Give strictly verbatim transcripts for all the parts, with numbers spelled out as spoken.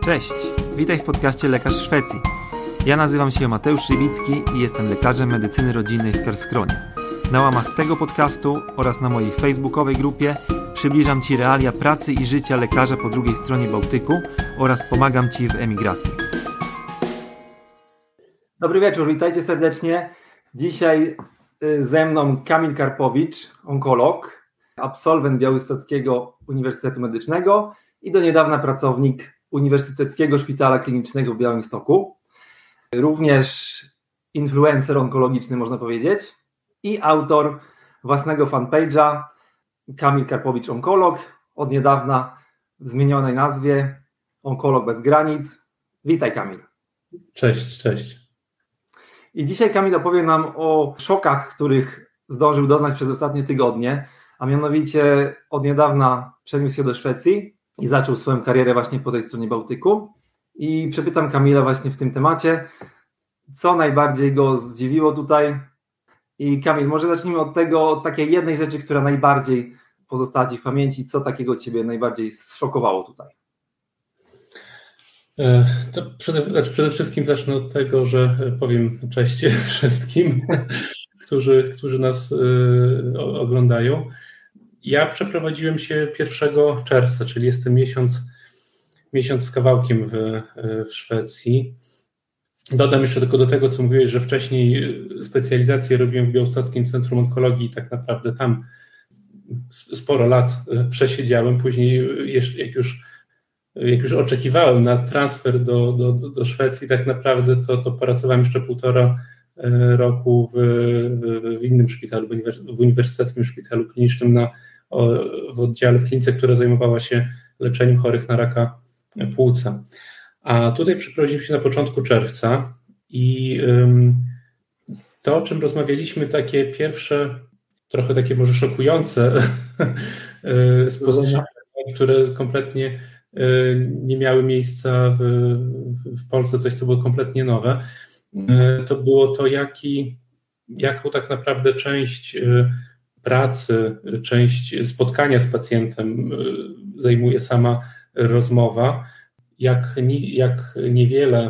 Cześć, witaj w podcaście Lekarz w Szwecji. Ja nazywam się Mateusz Szywicki i jestem lekarzem medycyny rodzinnej w Karlskronie. Na łamach tego podcastu oraz na mojej facebookowej grupie przybliżam Ci realia pracy i życia lekarza po drugiej stronie Bałtyku oraz pomagam Ci w emigracji. Dobry wieczór, witajcie serdecznie. Dzisiaj ze mną Kamil Karpowicz, onkolog, absolwent Białystockiego Uniwersytetu Medycznego i do niedawna pracownik Uniwersyteckiego Szpitala Klinicznego w Białymstoku. Również influencer onkologiczny, można powiedzieć, i autor własnego fanpage'a Kamil Karpowicz Onkolog, od niedawna w zmienionej nazwie Onkolog bez granic. Witaj, Kamil. Cześć, cześć. I dzisiaj Kamil opowie nam o szokach, których zdążył doznać przez ostatnie tygodnie, a mianowicie od niedawna przeniósł się do Szwecji i zaczął swoją karierę właśnie po tej stronie Bałtyku. I przepytam Kamila właśnie w tym temacie, co najbardziej go zdziwiło tutaj. I Kamil, może zacznijmy od tego, od takiej jednej rzeczy, która najbardziej pozostała Ci w pamięci. Co takiego Ciebie najbardziej zszokowało tutaj? To przede, przede wszystkim zacznę od tego, że powiem cześć wszystkim, którzy, którzy nas y, oglądają. Ja przeprowadziłem się pierwszego czerwca, czyli jestem miesiąc, miesiąc z kawałkiem w, w Szwecji. Dodam jeszcze tylko do tego, co mówiłeś, że wcześniej specjalizację robiłem w Białostockim Centrum Onkologii i tak naprawdę tam sporo lat przesiedziałem. Później, jak już, jak już oczekiwałem na transfer do, do, do Szwecji, tak naprawdę to, to pracowałem jeszcze półtora roku w, w, w innym szpitalu, w Uniwersyteckim Szpitalu Klinicznym na, w oddziale, w klinice, która zajmowała się leczeniem chorych na raka płuca. A tutaj przeprowadziliśmy się na początku czerwca i ym, to, o czym rozmawialiśmy, takie pierwsze, trochę takie może szokujące spostrzeżenia, które kompletnie y, nie miały miejsca w, w Polsce, coś, co było kompletnie nowe, y, to było to, jaki, jaką tak naprawdę część y, pracy, część spotkania z pacjentem y, zajmuje sama rozmowa, jak, jak niewiele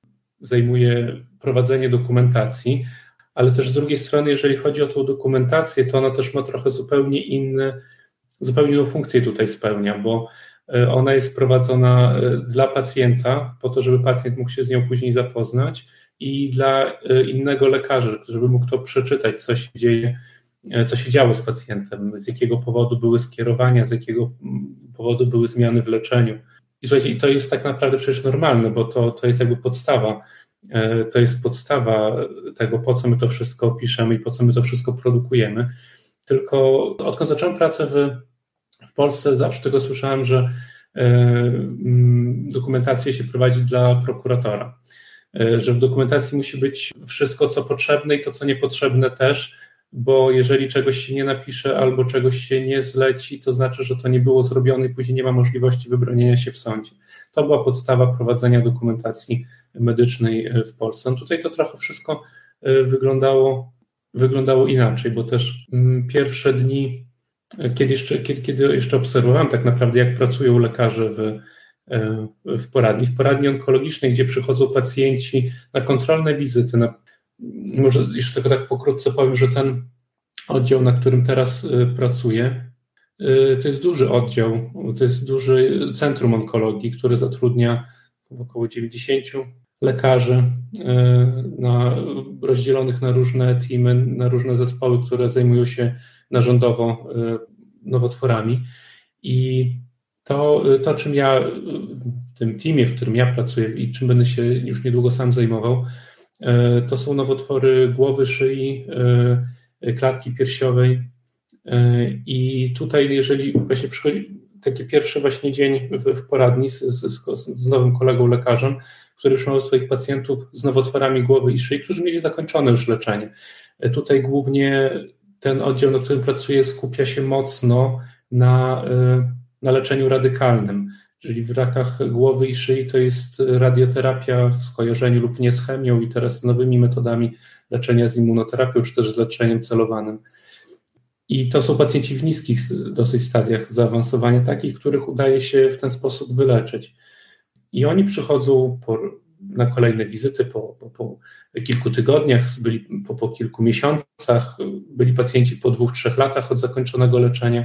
zajmuje prowadzenie dokumentacji, ale też z drugiej strony, jeżeli chodzi o tą dokumentację, to ona też ma trochę zupełnie inny, zupełnie inną funkcję tutaj spełnia, bo ona jest prowadzona dla pacjenta, po to, żeby pacjent mógł się z nią później zapoznać i dla innego lekarza, żeby mógł to przeczytać, co się dzieje, co się działo z pacjentem, z jakiego powodu były skierowania, z jakiego powodu były zmiany w leczeniu. I słuchajcie, i to jest tak naprawdę przecież normalne, bo to, to jest jakby podstawa, to jest podstawa tego, po co my to wszystko piszemy i po co my to wszystko produkujemy. Tylko odkąd zacząłem pracę w, w Polsce, zawsze tego słyszałem, że e, dokumentację się prowadzi dla prokuratora, e, że w dokumentacji musi być wszystko, co potrzebne i to, co niepotrzebne też, bo jeżeli czegoś się nie napisze albo czegoś się nie zleci, to znaczy, że to nie było zrobione i później nie ma możliwości wybronienia się w sądzie. To była podstawa prowadzenia dokumentacji medycznej w Polsce. No tutaj to trochę wszystko wyglądało, wyglądało inaczej, bo też pierwsze dni, kiedy jeszcze, kiedy, kiedy jeszcze obserwowałem tak naprawdę, jak pracują lekarze w, w poradni, w poradni onkologicznej, gdzie przychodzą pacjenci na kontrolne wizyty, na Może jeszcze tylko tak pokrótce powiem, że ten oddział, na którym teraz pracuję, to jest duży oddział, to jest duży centrum onkologii, który zatrudnia około dziewięćdziesięciu lekarzy na, rozdzielonych na różne teamy, na różne zespoły, które zajmują się narządowo nowotworami. I to, to czym ja w tym teamie, w którym ja pracuję i czym będę się już niedługo sam zajmował, to są nowotwory głowy, szyi, klatki piersiowej i tutaj jeżeli właśnie przychodzi taki pierwszy właśnie dzień w, w poradni z, z, z nowym kolegą lekarzem, który już miał swoich pacjentów z nowotworami głowy i szyi, którzy mieli zakończone już leczenie. Tutaj głównie ten oddział, na którym pracuję, skupia się mocno na, na leczeniu radykalnym. Czyli w rakach głowy i szyi to jest radioterapia w skojarzeniu lub nie z chemią i teraz z nowymi metodami leczenia z immunoterapią, czy też z leczeniem celowanym. I to są pacjenci w niskich dosyć stadiach zaawansowania, takich, których udaje się w ten sposób wyleczyć. i oni przychodzą po, na kolejne wizyty po, po, po kilku tygodniach, byli po, po kilku miesiącach, byli pacjenci po dwóch, trzech latach od zakończonego leczenia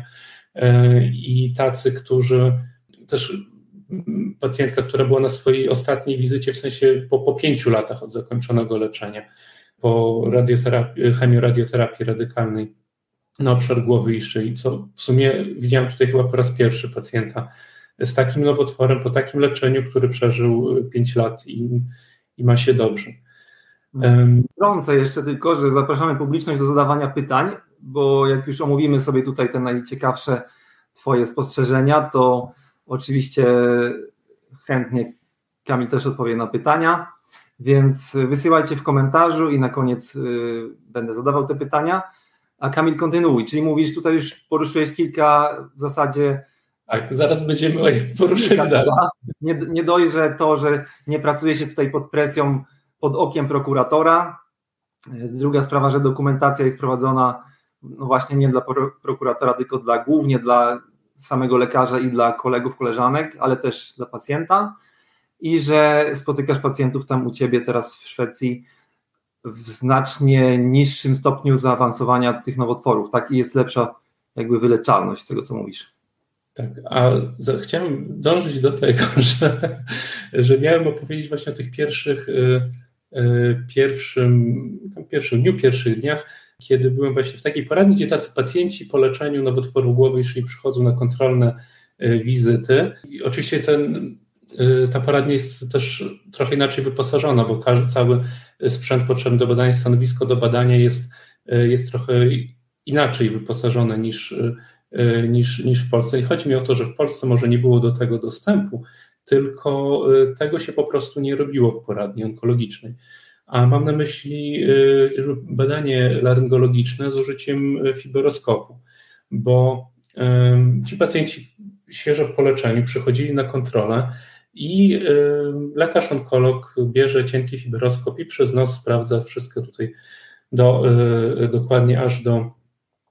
i tacy, którzy też pacjentka, która była na swojej ostatniej wizycie, w sensie po, po pięciu latach od zakończonego leczenia, po radioterapii, chemioradioterapii radykalnej na obszar głowy i szyi, co w sumie widziałem tutaj chyba po raz pierwszy pacjenta z takim nowotworem, po takim leczeniu, który przeżył pięć lat i, i ma się dobrze. Wtrącę jeszcze tylko, że zapraszamy publiczność do zadawania pytań, bo jak już omówimy sobie tutaj te najciekawsze Twoje spostrzeżenia, to oczywiście chętnie Kamil też odpowie na pytania, więc wysyłajcie w komentarzu i na koniec będę zadawał te pytania. A Kamil, kontynuuj, czyli mówisz, tutaj już poruszyłeś kilka w zasadzie... Tak, zaraz będziemy poruszyć dalej. Nie, nie dość, że to, że nie pracuje się tutaj pod presją, pod okiem prokuratora. Druga sprawa, że dokumentacja jest prowadzona no właśnie nie dla prokuratora, tylko dla, głównie dla samego lekarza i dla kolegów, koleżanek, ale też dla pacjenta i że spotykasz pacjentów tam u Ciebie teraz w Szwecji w znacznie niższym stopniu zaawansowania tych nowotworów, tak? I jest lepsza jakby wyleczalność z tego, co mówisz. Tak, a za, chciałem dążyć do tego, że, że miałem opowiedzieć właśnie o tych pierwszych, y, y, pierwszym, tam pierwszym dniu, pierwszych dniach, kiedy byłem właśnie w takiej poradni, gdzie tacy pacjenci po leczeniu nowotworu głowy i szyi przychodzą na kontrolne y, wizyty. I oczywiście ten, y, ta poradnia jest też trochę inaczej wyposażona, bo każdy, cały sprzęt potrzebny do badania, stanowisko do badania jest, y, jest trochę inaczej wyposażone niż y, Niż, niż w Polsce. I chodzi mi o to, że w Polsce może nie było do tego dostępu, tylko tego się po prostu nie robiło w poradni onkologicznej. A mam na myśli badanie laryngologiczne z użyciem fiberoskopu, bo ci pacjenci świeżo po leczeniu przychodzili na kontrolę i lekarz onkolog bierze cienki fiberoskop i przez nos sprawdza wszystko tutaj do, dokładnie aż do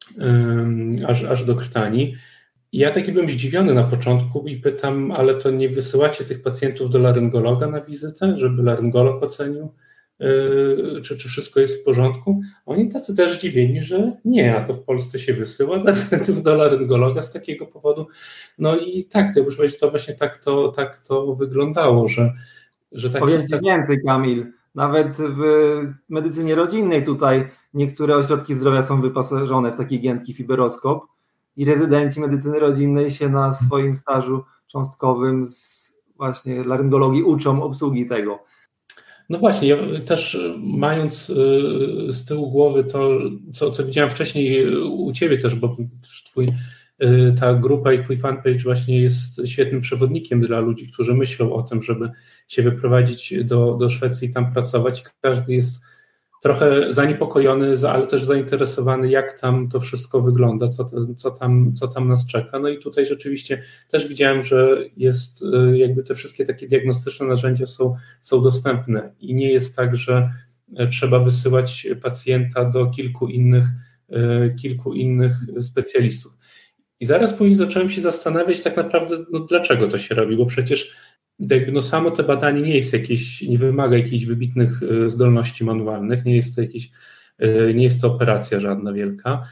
Aż, aż do krtani. I ja taki byłem zdziwiony na początku i pytam, ale to nie wysyłacie tych pacjentów do laryngologa na wizytę, żeby laryngolog ocenił, yy, czy, czy wszystko jest w porządku? Oni tacy też zdziwieni, że nie, a to w Polsce się wysyła pacjentów do laryngologa z takiego powodu. No i tak, to już to właśnie tak to, tak to wyglądało, że, że tak. Powiem Ci więcej, Kamil. Nawet w medycynie rodzinnej tutaj niektóre ośrodki zdrowia są wyposażone w taki giętki fiberoskop i rezydenci medycyny rodzinnej się na swoim stażu cząstkowym z właśnie laryngologii uczą obsługi tego. No właśnie, ja też mając z tyłu głowy to, co, co widziałem wcześniej u Ciebie też, bo twój, ta grupa i Twój fanpage właśnie jest świetnym przewodnikiem dla ludzi, którzy myślą o tym, żeby się wyprowadzić do, do Szwecji i tam pracować. Każdy jest trochę zaniepokojony, ale też zainteresowany, jak tam to wszystko wygląda, co, co, tam, co tam nas czeka. No i tutaj rzeczywiście też widziałem, że jest jakby te wszystkie takie diagnostyczne narzędzia są, są dostępne i nie jest tak, że trzeba wysyłać pacjenta do kilku innych, kilku innych specjalistów. I zaraz później zacząłem się zastanawiać tak naprawdę, no dlaczego to się robi, bo przecież jakby no samo to badanie nie jest jakieś, nie wymaga jakichś wybitnych zdolności manualnych, nie jest to jakieś, nie jest to operacja żadna wielka,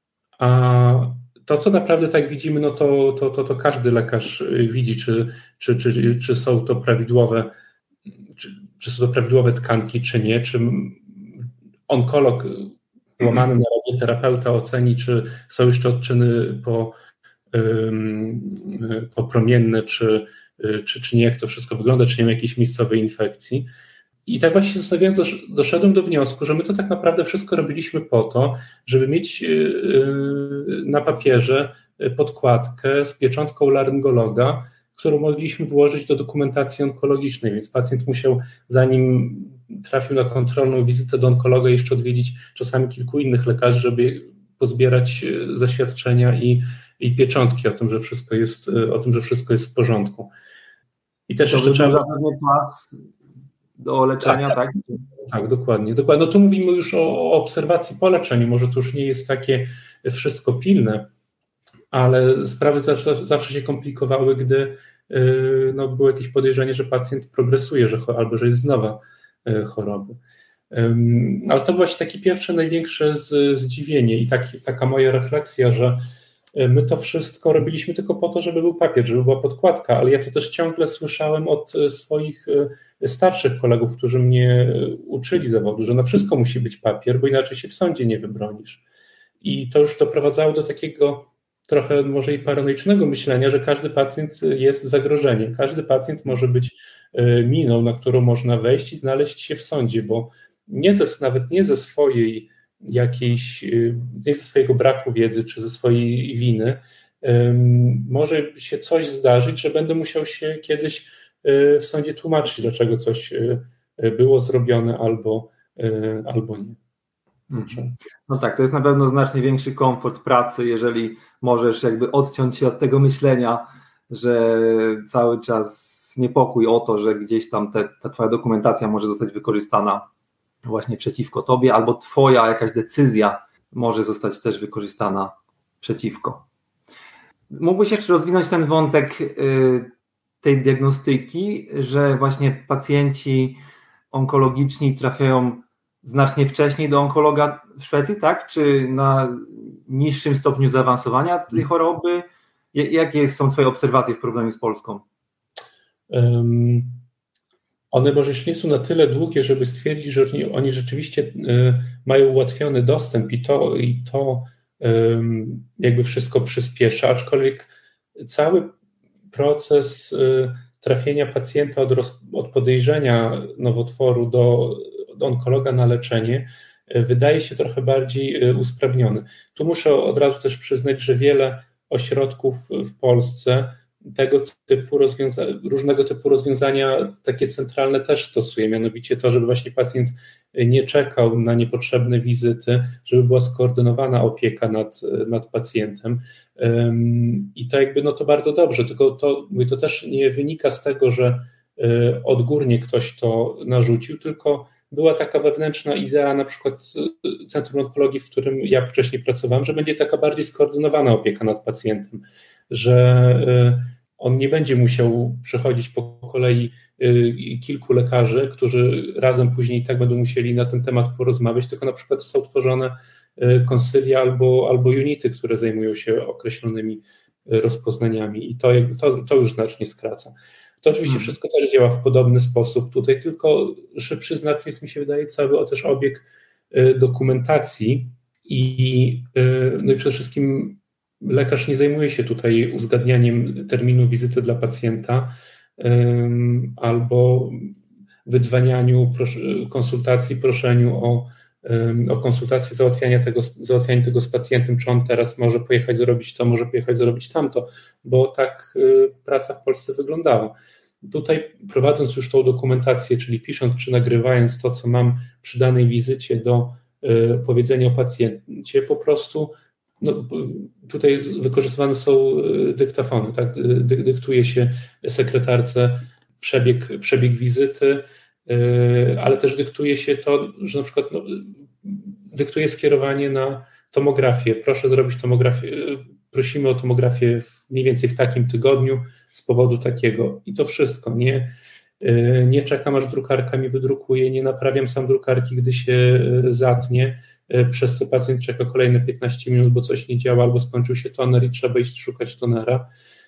a to, co naprawdę tak widzimy, no to, to, to, to każdy lekarz widzi, czy, czy, czy, czy są to prawidłowe, czy, czy są to prawidłowe tkanki, czy nie, czy onkolog łamany na radioterapeuta oceni, czy są jeszcze odczyny po, popromienne, czy Czy, czy nie, jak to wszystko wygląda, czy nie ma jakiejś miejscowej infekcji. I tak właśnie zastanawiając, doszedłem do wniosku, że my to tak naprawdę wszystko robiliśmy po to, żeby mieć na papierze podkładkę z pieczątką laryngologa, którą mogliśmy włożyć do dokumentacji onkologicznej, więc pacjent musiał, zanim trafił na kontrolną wizytę do onkologa, jeszcze odwiedzić czasami kilku innych lekarzy, żeby pozbierać zaświadczenia i i pieczątki o tym, że wszystko jest, o tym, że wszystko jest w porządku. I też to jeszcze trzeba... zapewne czas do leczenia, tak? Tak, tak, tak dokładnie. dokładnie. No tu mówimy już o, o obserwacji po leczeniu, może to już nie jest takie wszystko pilne, ale sprawy zawsze, zawsze się komplikowały, gdy no, było jakieś podejrzenie, że pacjent progresuje, że, albo że jest wznowa choroby. Ale to właśnie takie pierwsze, największe zdziwienie i taki, taka moja refleksja, że my to wszystko robiliśmy tylko po to, żeby był papier, żeby była podkładka, ale ja to też ciągle słyszałem od swoich starszych kolegów, którzy mnie uczyli zawodu, że na wszystko musi być papier, bo inaczej się w sądzie nie wybronisz. I to już doprowadzało do takiego trochę może i paranoicznego myślenia, że każdy pacjent jest zagrożeniem. Każdy pacjent może być miną, na którą można wejść i znaleźć się w sądzie, bo nie ze, nawet nie ze swojej jakiejś, nie ze swojego braku wiedzy czy ze swojej winy może się coś zdarzyć, że będę musiał się kiedyś w sądzie tłumaczyć, dlaczego coś było zrobione albo, albo nie. No tak, to jest na pewno znacznie większy komfort pracy, jeżeli możesz jakby odciąć się od tego myślenia, że cały czas niepokój o to, że gdzieś tam te, ta twoja dokumentacja może zostać wykorzystana właśnie przeciwko tobie, albo twoja jakaś decyzja może zostać też wykorzystana przeciwko. Mógłbyś jeszcze rozwinąć ten wątek tej diagnostyki, że właśnie pacjenci onkologiczni trafiają znacznie wcześniej do onkologa w Szwecji, tak? Czy na niższym stopniu zaawansowania tej choroby? Jakie są twoje obserwacje w porównaniu z Polską? Um, one może jeszcze nie są na tyle długie, żeby stwierdzić, że oni rzeczywiście y, mają ułatwiony dostęp i to, i to y, jakby wszystko przyspiesza, aczkolwiek cały proces y, trafienia pacjenta od, roz, od podejrzenia nowotworu do, do onkologa na leczenie y, wydaje się trochę bardziej y, usprawniony. Tu muszę od razu też przyznać, że wiele ośrodków w Polsce tego typu rozwiąza- różnego typu rozwiązania takie centralne też stosuje, mianowicie to, żeby właśnie pacjent nie czekał na niepotrzebne wizyty, żeby była skoordynowana opieka nad, nad pacjentem. I to jakby no to bardzo dobrze, tylko to, mówię, to też nie wynika z tego, że odgórnie ktoś to narzucił, tylko była taka wewnętrzna idea, na przykład Centrum Onkologii, w którym ja wcześniej pracowałem, że będzie taka bardziej skoordynowana opieka nad pacjentem, że on nie będzie musiał przechodzić po kolei kilku lekarzy, którzy razem później tak będą musieli na ten temat porozmawiać, tylko na przykład są tworzone konsylia albo, albo unity, które zajmują się określonymi rozpoznaniami i to, to, to już znacznie skraca. To oczywiście wszystko też działa w podobny sposób. Tutaj tylko szybszy znacznie jest, mi się wydaje, cały też obieg dokumentacji i, no i przede wszystkim lekarz nie zajmuje się tutaj uzgadnianiem terminu wizyty dla pacjenta um, albo wydzwanianiu konsultacji, proszeniu o, um, o konsultację, załatwianie tego, załatwianie tego z pacjentem, czy on teraz może pojechać zrobić to, może pojechać zrobić tamto, bo tak y, praca w Polsce wyglądała. Tutaj prowadząc już tą dokumentację, czyli pisząc czy nagrywając to, co mam przy danej wizycie do y, powiedzenia o pacjencie, po prostu no, tutaj wykorzystywane są dyktafony, tak? Dy, dyktuje się sekretarce przebieg, przebieg wizyty, yy, ale też dyktuje się to, że na przykład no, dyktuje skierowanie na tomografię. Proszę zrobić tomografię, prosimy o tomografię w, mniej więcej w takim tygodniu z powodu takiego i to wszystko. Nie, yy, nie czekam, aż drukarka mi wydrukuje, nie naprawiam sam drukarki, gdy się zatnie, przez co pacjent czeka kolejne piętnaście minut, bo coś nie działa, albo skończył się toner i trzeba iść szukać tonera.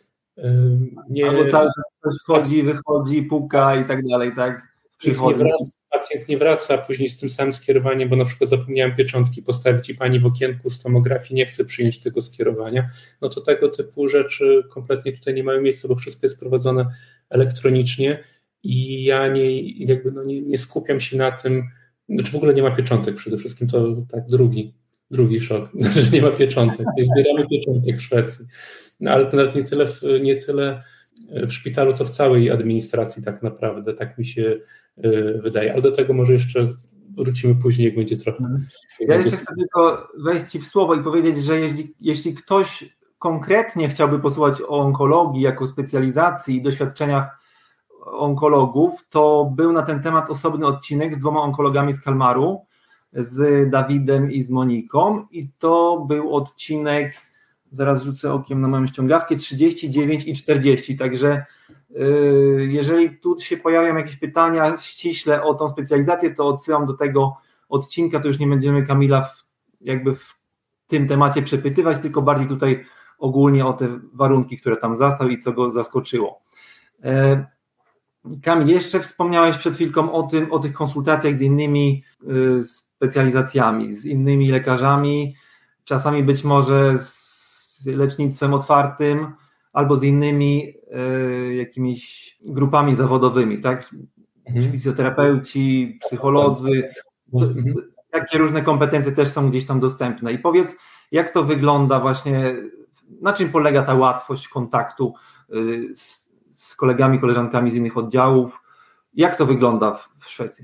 Nie, albo cały czas ktoś wchodzi, wychodzi, puka i tak dalej, tak? Nie wraca, pacjent nie wraca później z tym samym skierowaniem, bo na przykład zapomniałem pieczątki postawić i pani w okienku z tomografii nie chce przyjąć tego skierowania, no to tego typu rzeczy kompletnie tutaj nie mają miejsca, bo wszystko jest prowadzone elektronicznie i ja nie, jakby no nie, nie skupiam się na tym. Znaczy w ogóle nie ma pieczątek przede wszystkim, to tak drugi, drugi szok, że nie ma pieczątek, nie zbieramy pieczątek w Szwecji, no, ale to nawet nie tyle, w, nie tyle w szpitalu, co w całej administracji tak naprawdę, tak mi się y, wydaje, ale do tego może jeszcze wrócimy później, jak będzie trochę. Ja będzie... jeszcze chcę tylko wejść Ci w słowo i powiedzieć, że jeśli, jeśli ktoś konkretnie chciałby posłuchać o onkologii jako specjalizacji i doświadczeniach onkologów, to był na ten temat osobny odcinek z dwoma onkologami z Kalmaru, z Dawidem i z Moniką i to był odcinek zaraz rzucę okiem na moją ściągawkę, trzydzieści dziewięć i czterdzieści, także yy, jeżeli tu się pojawią jakieś pytania ściśle o tą specjalizację, to odsyłam do tego odcinka, to już nie będziemy Kamila w, jakby w tym temacie przepytywać, tylko bardziej tutaj ogólnie o te warunki, które tam zastał i co go zaskoczyło. Yy, Kamil, jeszcze wspomniałeś przed chwilką o tym, o tych konsultacjach z innymi yy, specjalizacjami, z innymi lekarzami, czasami być może z lecznictwem otwartym albo z innymi y, jakimiś grupami zawodowymi, tak? Mhm. Fizjoterapeuci, psycholodzy, mhm. Jakie różne kompetencje też są gdzieś tam dostępne. I powiedz, jak to wygląda właśnie, na czym polega ta łatwość kontaktu y, z, z kolegami, koleżankami z innych oddziałów? Jak to wygląda w, w Szwecji?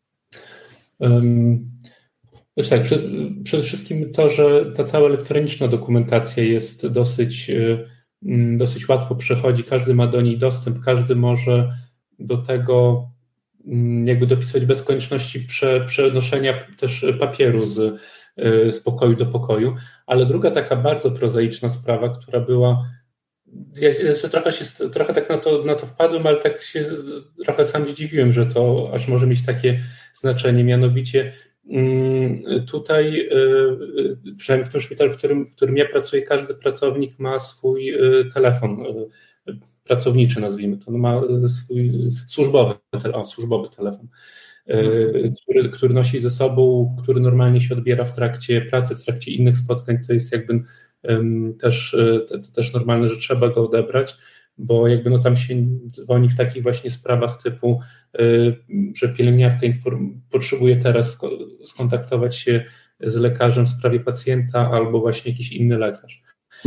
Um. Znaczy tak, przed, przede wszystkim to, że ta cała elektroniczna dokumentacja jest dosyć, dosyć łatwo przechodzi, każdy ma do niej dostęp, każdy może do tego jakby dopisać bez konieczności prze, przenoszenia też papieru z, z pokoju do pokoju, ale druga taka bardzo prozaiczna sprawa, która była, ja jeszcze trochę, się, trochę tak na to, na to wpadłem, ale tak się trochę sam zdziwiłem, że to aż może mieć takie znaczenie, mianowicie tutaj, przynajmniej w tym szpitalu, w którym, w którym ja pracuję, każdy pracownik ma swój telefon pracowniczy, nazwijmy to, no ma swój służbowy, o, służbowy telefon, który, który nosi ze sobą, który normalnie się odbiera w trakcie pracy, w trakcie innych spotkań. To jest jakby też, też normalne, że trzeba go odebrać, bo jakby no tam się dzwoni w takich właśnie sprawach typu, że pielęgniarka inform- potrzebuje teraz skontaktować się z lekarzem w sprawie pacjenta albo właśnie jakiś inny lekarz.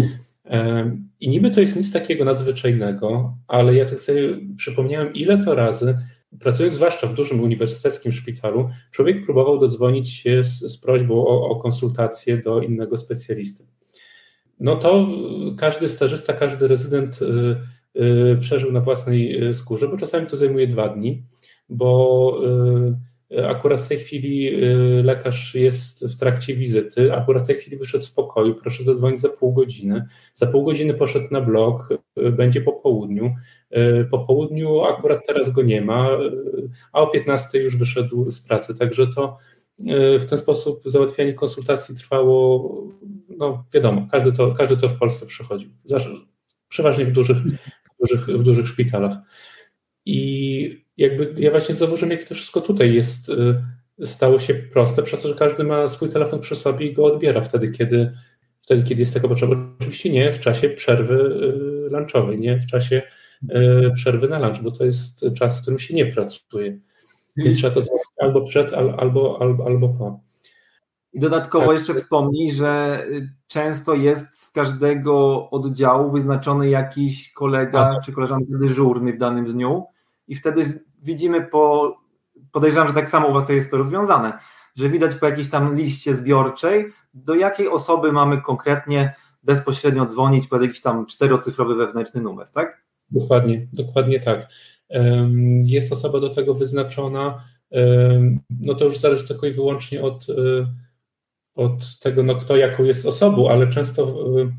I niby to jest nic takiego nadzwyczajnego, ale ja tak sobie przypomniałem, ile to razy, pracując zwłaszcza w dużym uniwersyteckim szpitalu, człowiek próbował dodzwonić się z, z prośbą o, o konsultację do innego specjalisty. No to każdy stażysta, każdy rezydent przeżył na własnej skórze, bo czasami to zajmuje dwa dni, bo akurat w tej chwili lekarz jest w trakcie wizyty, akurat w tej chwili wyszedł z pokoju, proszę zadzwonić za pół godziny, za pół godziny poszedł na blok, będzie po południu, po południu akurat teraz go nie ma, a o piętnastej już wyszedł z pracy, także to w ten sposób załatwianie konsultacji trwało, no wiadomo, każdy to, każdy to w Polsce przechodził, przeważnie w dużych, w dużych, w dużych szpitalach. I jakby ja właśnie zauważyłem, jakie to wszystko tutaj jest, stało się proste, przez to, że każdy ma swój telefon przy sobie i go odbiera wtedy, kiedy, wtedy, kiedy jest taka potrzeba. Oczywiście nie w czasie przerwy lunchowej, nie w czasie przerwy na lunch, bo to jest czas, w którym się nie pracuje. Więc trzeba to zrobić albo przed, albo, albo, albo po. I dodatkowo tak. Jeszcze wspomnij, że często jest z każdego oddziału wyznaczony jakiś kolega Aha. czy koleżanka dyżurny w danym dniu i wtedy widzimy po, podejrzewam, że tak samo u Was to jest to rozwiązane, że widać po jakiejś tam liście zbiorczej, do jakiej osoby mamy konkretnie bezpośrednio dzwonić pod jakiś tam czterocyfrowy wewnętrzny numer, tak? Dokładnie, dokładnie tak. Jest osoba do tego wyznaczona, no to już zależy tylko i wyłącznie od od tego, no, kto jaką jest osobą, ale często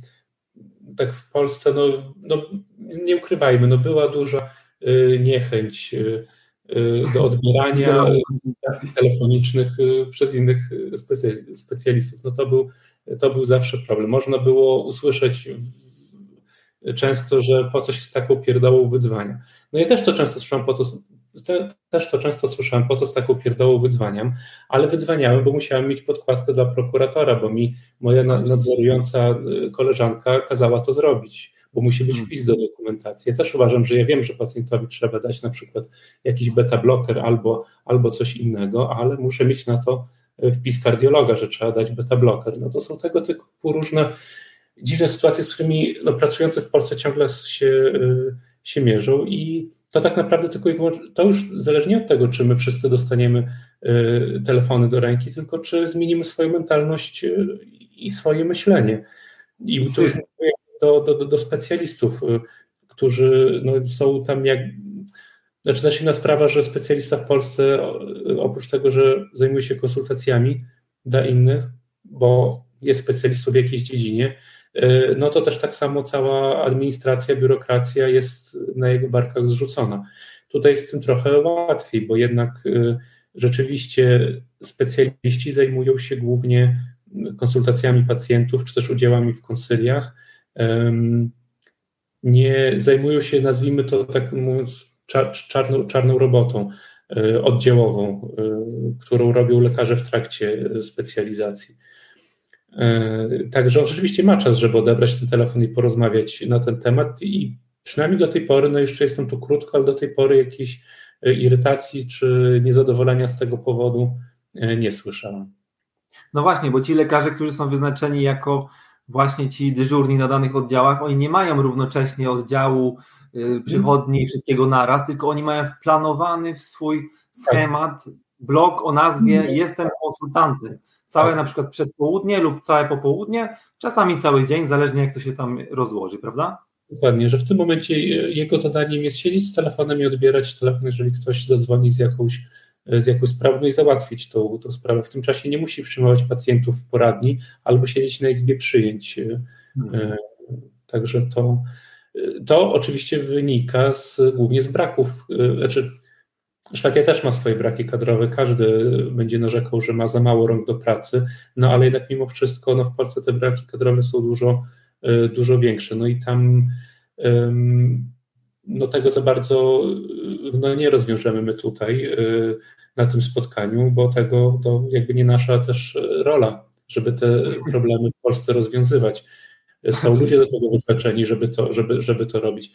tak w Polsce, no, no nie ukrywajmy, no była duża niechęć do odbierania konsultacji telefonicznych przez innych specjalistów. No to był, to był zawsze problem. Można było usłyszeć często, że po co się z taką pierdołą wydzwania. No ja też to często słyszałem, po co Te, też to często słyszałem, po co z taką pierdołą wydzwaniam, ale wydzwaniałem, bo musiałem mieć podkładkę dla prokuratora, bo mi moja nadzorująca koleżanka kazała to zrobić, bo musi być wpis do dokumentacji. Ja też uważam, że ja wiem, że pacjentowi trzeba dać na przykład jakiś beta-bloker albo, albo coś innego, ale muszę mieć na to wpis kardiologa, że trzeba dać beta-bloker. No to są tego typu różne dziwne sytuacje, z którymi no, pracujący w Polsce ciągle się, się mierzą i to tak naprawdę tylko i wyłącznie, to już zależnie od tego, czy my wszyscy dostaniemy y, telefony do ręki, tylko czy zmienimy swoją mentalność y, i swoje myślenie. I tu już mówię do, do, do specjalistów, y, którzy no, są tam jak... Znaczy też inna sprawa, że specjalista w Polsce y, oprócz tego, że zajmuje się konsultacjami dla innych, bo jest specjalistą w jakiejś dziedzinie, no to też tak samo cała administracja, biurokracja jest na jego barkach zrzucona. Tutaj jest z tym trochę łatwiej, bo jednak rzeczywiście specjaliści zajmują się głównie konsultacjami pacjentów, czy też udziałami w konsyliach. Nie zajmują się, nazwijmy to tak mówiąc, czarną, czarną robotą oddziałową, którą robią lekarze w trakcie specjalizacji. Także on rzeczywiście ma czas, żeby odebrać ten telefon i porozmawiać na ten temat i przynajmniej do tej pory, no jeszcze jestem tu krótko, ale do tej pory jakiejś irytacji czy niezadowolenia z tego powodu nie słyszałem. No właśnie, bo ci lekarze, którzy są wyznaczeni jako właśnie ci dyżurni na danych oddziałach, oni nie mają równocześnie oddziału, yy, przychodni i wszystkiego naraz, tylko oni mają wplanowany w swój schemat blok o nazwie hmm. jestem konsultantem. Całe tak. na przykład przedpołudnie lub całe popołudnie, czasami cały dzień, zależnie jak to się tam rozłoży, prawda? Dokładnie, że w tym momencie jego zadaniem jest siedzieć z telefonem i odbierać telefon, jeżeli ktoś zadzwoni z jakąś, z jakąś sprawą, no i załatwić tą, tą sprawę. W tym czasie nie musi przyjmować pacjentów w poradni albo siedzieć na izbie przyjęć. Hmm. Także to, to oczywiście wynika z, głównie z braków. Znaczy, Szwecja też ma swoje braki kadrowe, każdy będzie narzekał, że ma za mało rąk do pracy, no ale jednak mimo wszystko no w Polsce te braki kadrowe są dużo, dużo większe. No i tam no tego za bardzo no nie rozwiążemy my tutaj na tym spotkaniu, bo tego to jakby nie nasza też rola, żeby te problemy w Polsce rozwiązywać. Są ludzie do tego wyznaczeni, żeby to, żeby, żeby to robić.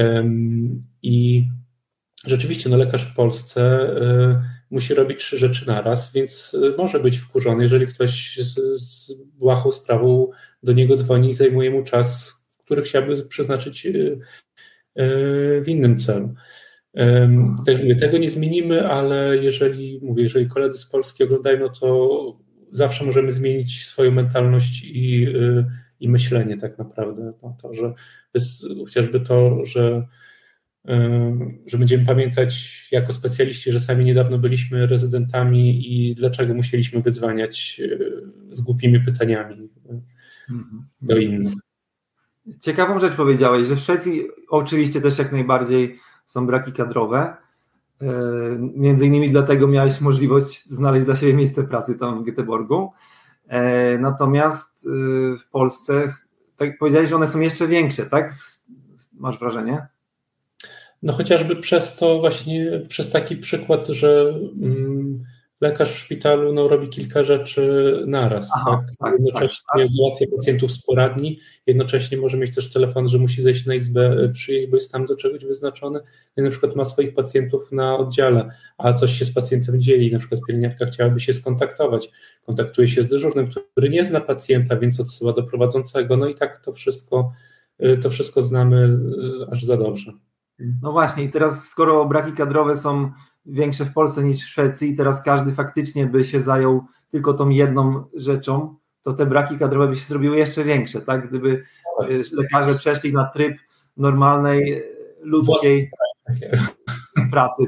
I rzeczywiście no lekarz w Polsce y, musi robić trzy rzeczy naraz, więc y, może być wkurzony, jeżeli ktoś z, z błahą sprawą do niego dzwoni i zajmuje mu czas, który chciałby przeznaczyć y, y, w innym celu. Y, tak mówię, tego nie zmienimy, ale jeżeli mówię, jeżeli koledzy z Polski oglądają, no to zawsze możemy zmienić swoją mentalność i, y, i myślenie tak naprawdę. No to, że jest chociażby to, że że będziemy pamiętać jako specjaliści, że sami niedawno byliśmy rezydentami i dlaczego musieliśmy wydzwaniać z głupimi pytaniami do innych. Ciekawą rzecz powiedziałeś, że w Szwecji oczywiście też jak najbardziej są braki kadrowe. Między innymi dlatego miałeś możliwość znaleźć dla siebie miejsce pracy tam w Göteborgu. Natomiast w Polsce, tak powiedziałeś, że one są jeszcze większe, tak? Masz wrażenie? No chociażby przez to właśnie, przez taki przykład, że mm, lekarz w szpitalu no, robi kilka rzeczy naraz, Aha, tak? tak? Jednocześnie tak, tak. załatwia pacjentów z poradni, jednocześnie może mieć też telefon, że musi zejść na izbę przyjęć, bo jest tam do czegoś wyznaczony i na przykład ma swoich pacjentów na oddziale, a coś się z pacjentem dzieje i na przykład pielęgniarka chciałaby się skontaktować, kontaktuje się z dyżurnym, który nie zna pacjenta, więc odsyła do prowadzącego, no i tak to wszystko, to wszystko znamy aż za dobrze. No właśnie i teraz skoro braki kadrowe są większe w Polsce niż w Szwecji i teraz każdy faktycznie by się zajął tylko tą jedną rzeczą, to te braki kadrowe by się zrobiły jeszcze większe, tak? Gdyby lekarze przeszli na tryb normalnej, ludzkiej pracy.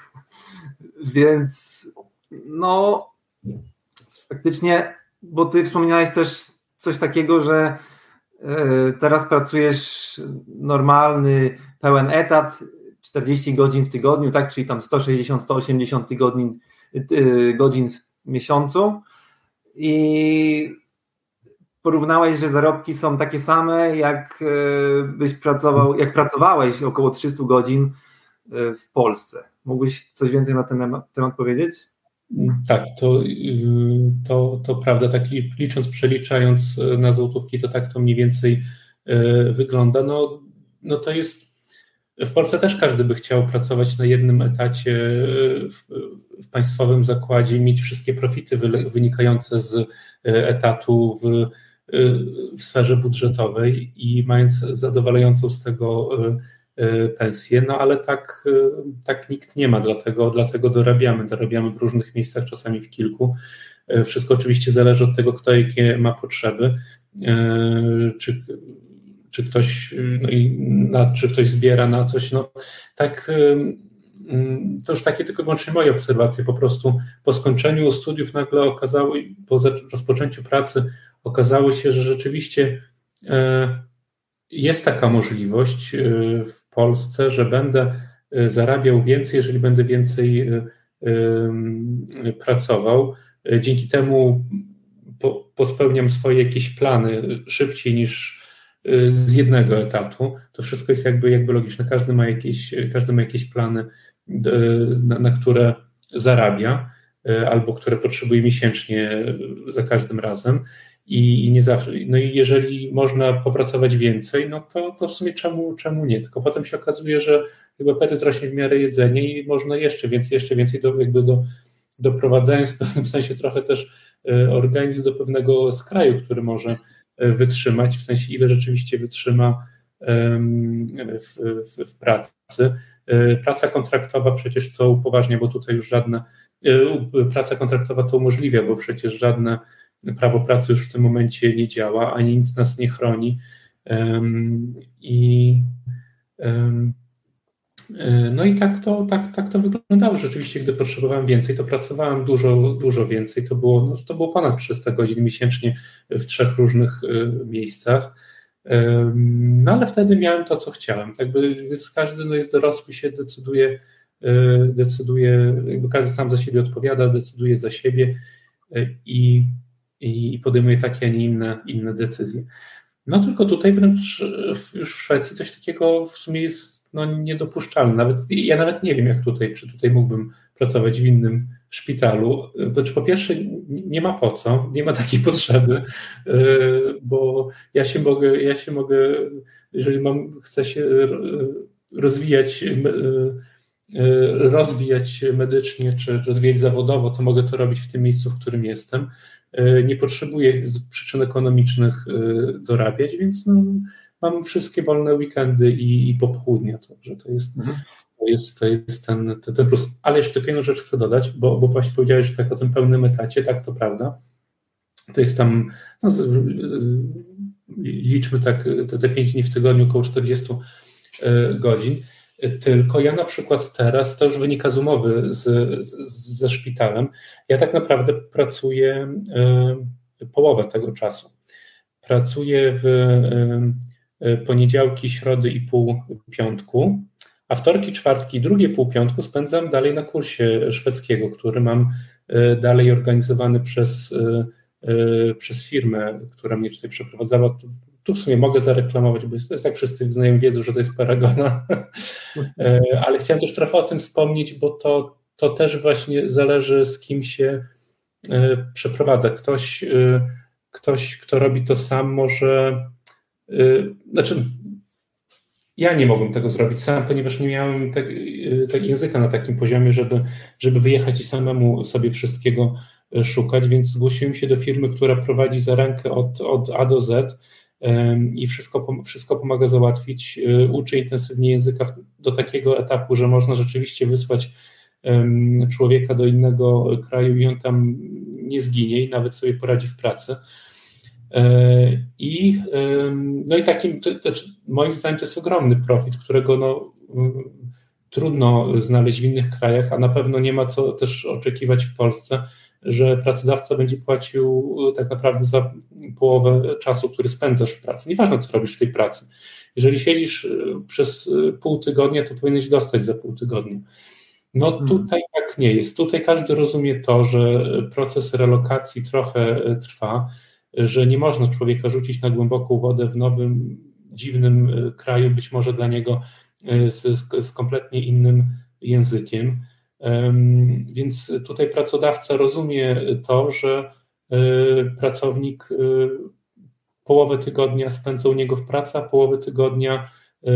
Więc no faktycznie, bo ty wspominałeś też coś takiego, że teraz pracujesz normalny, pełen etat, czterdzieści godzin w tygodniu, tak, czyli tam sto sześćdziesiąt do stu osiemdziesięciu godzin, godzin w miesiącu i porównałeś, że zarobki są takie same, jak byś pracował, jak pracowałeś około trzysta godzin w Polsce. Mógłbyś coś więcej na ten temat powiedzieć? Tak, to, to, to prawda, tak licząc, przeliczając na złotówki, to tak to mniej więcej wygląda. No, no to jest, w Polsce też każdy by chciał pracować na jednym etacie w, w państwowym zakładzie i mieć wszystkie profity wynikające z etatu w, w sferze budżetowej i mając zadowalającą z tego pensję, no ale tak, tak nikt nie ma, dlatego, dlatego dorabiamy, dorabiamy w różnych miejscach, czasami w kilku. Wszystko oczywiście zależy od tego, kto jakie ma potrzeby, czy, czy ktoś, no i na, czy ktoś zbiera na coś, no tak, to już takie tylko wyłącznie moje obserwacje, po prostu po skończeniu studiów nagle okazało, po rozpoczęciu pracy okazało się, że rzeczywiście jest taka możliwość w Polsce, że będę zarabiał więcej, jeżeli będę więcej pracował. Dzięki temu pospełniam swoje jakieś plany szybciej niż z jednego etatu. To wszystko jest jakby, jakby logiczne. Każdy ma jakieś, każdy ma jakieś plany, na, na które zarabia albo które potrzebuje miesięcznie za każdym razem. I, i nie zawsze. No i jeżeli można popracować więcej, no to, to w sumie czemu, czemu nie? Tylko potem się okazuje, że jakby apetyt rośnie w miarę jedzenia i można jeszcze więcej, jeszcze więcej do, jakby do, doprowadzając w pewnym sensie trochę też organizm do pewnego skraju, który może wytrzymać, w sensie ile rzeczywiście wytrzyma w, w, w pracy. Praca kontraktowa przecież to upoważnia, bo tutaj już żadna praca kontraktowa to umożliwia, bo przecież żadne prawo pracy już w tym momencie nie działa, ani nic nas nie chroni. I no i tak to, tak, tak to wyglądało. Rzeczywiście, gdy potrzebowałem więcej, to pracowałem dużo, dużo więcej. To było, no, to było ponad trzysta godzin miesięcznie w trzech różnych miejscach. No ale wtedy miałem to, co chciałem. Tak by, więc każdy no, jest dorosły, się decyduje, decyduje, jakby każdy sam za siebie odpowiada, decyduje za siebie i, i podejmuje takie, a nie inne, inne decyzje. No tylko tutaj wręcz już w Szwecji coś takiego w sumie jest no, niedopuszczalne. Nawet, ja nawet nie wiem, jak tutaj, czy tutaj mógłbym pracować w innym szpitalu. Znaczy, po pierwsze, nie ma po co, nie ma takiej potrzeby, bo ja się mogę, ja się mogę, jeżeli mam, chcę się rozwijać, rozwijać medycznie, czy rozwijać zawodowo, to mogę to robić w tym miejscu, w którym jestem. Nie potrzebuję z przyczyn ekonomicznych dorabiać, więc no, mam wszystkie wolne weekendy i, i popołudnia, także to jest, mhm. to jest, to jest ten, ten, ten plus. Ale jeszcze tylko jedną rzecz chcę dodać, bo, bo właśnie powiedziałeś, że tak o tym pełnym etacie, tak, to prawda. To jest tam, no, liczmy tak, te, te pięć dni w tygodniu, około czterdzieści godzin. Tylko ja na przykład teraz, to już wynika z umowy z, z, ze szpitalem, ja tak naprawdę pracuję y, połowę tego czasu. Pracuję w y, poniedziałki, środy i pół piątku, a wtorki, czwartki i drugie pół piątku spędzam dalej na kursie szwedzkiego, który mam y, dalej organizowany przez, y, y, przez firmę, która mnie tutaj przeprowadzała. Tu, tu w sumie mogę zareklamować, bo jest, tak wszyscy znają wiedzą, że to jest Paragona, ale chciałem też trochę o tym wspomnieć, bo to, to też właśnie zależy, z kim się przeprowadza. Ktoś, ktoś, kto robi to sam, może, znaczy ja nie mogłem tego zrobić sam, ponieważ nie miałem tak, tak języka na takim poziomie, żeby, żeby wyjechać i samemu sobie wszystkiego szukać, więc zgłosiłem się do firmy, która prowadzi za rękę od, od A do Z i wszystko, wszystko pomaga załatwić. Uczy intensywnie języka do takiego etapu, że można rzeczywiście wysłać człowieka do innego kraju i on tam nie zginie i nawet sobie poradzi w pracy. I, no i takim, to, to, moim zdaniem to jest ogromny profit, którego no, trudno znaleźć w innych krajach, a na pewno nie ma co też oczekiwać w Polsce, że pracodawca będzie płacił tak naprawdę za połowę czasu, który spędzasz w pracy. Nieważne, co robisz w tej pracy. Jeżeli siedzisz przez pół tygodnia, to powinieneś dostać za pół tygodnia. No tutaj hmm. tak nie jest. Tutaj każdy rozumie to, że proces relokacji trochę trwa, że nie można człowieka rzucić na głęboką wodę w nowym, dziwnym kraju, być może dla niego z, z, z kompletnie innym językiem. Więc tutaj pracodawca rozumie to, że pracownik połowę tygodnia spędza u niego w pracy, a połowę tygodnia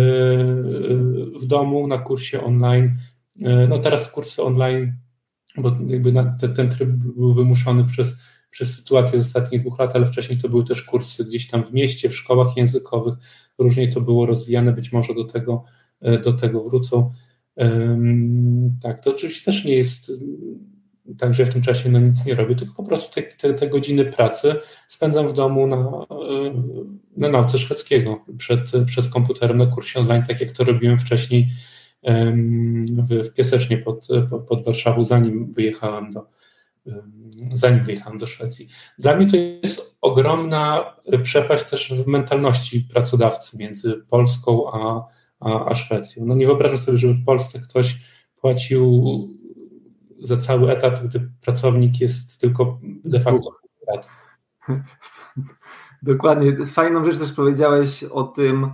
w domu na kursie online. No teraz kursy online, bo jakby ten tryb był wymuszony przez, przez sytuację z ostatnich dwóch lat, ale wcześniej to były też kursy gdzieś tam w mieście, w szkołach językowych. Różnie to było rozwijane, być może do tego, do tego wrócą. Tak, to oczywiście też nie jest tak, że ja w tym czasie no nic nie robię, tylko po prostu te, te, te godziny pracy spędzam w domu na, na nauce szwedzkiego przed, przed komputerem na kursie online, tak jak to robiłem wcześniej w, w Piasecznie pod, pod Warszawą, zanim wyjechałem do, zanim wyjechałem do Szwecji. Dla mnie to jest ogromna przepaść też w mentalności pracodawcy między Polską a, a, a Szwecją. No nie wyobrażam sobie, żeby w Polsce ktoś płacił za cały etat, gdy pracownik jest tylko de facto etat. Dokładnie. Fajną rzecz też powiedziałeś o tym,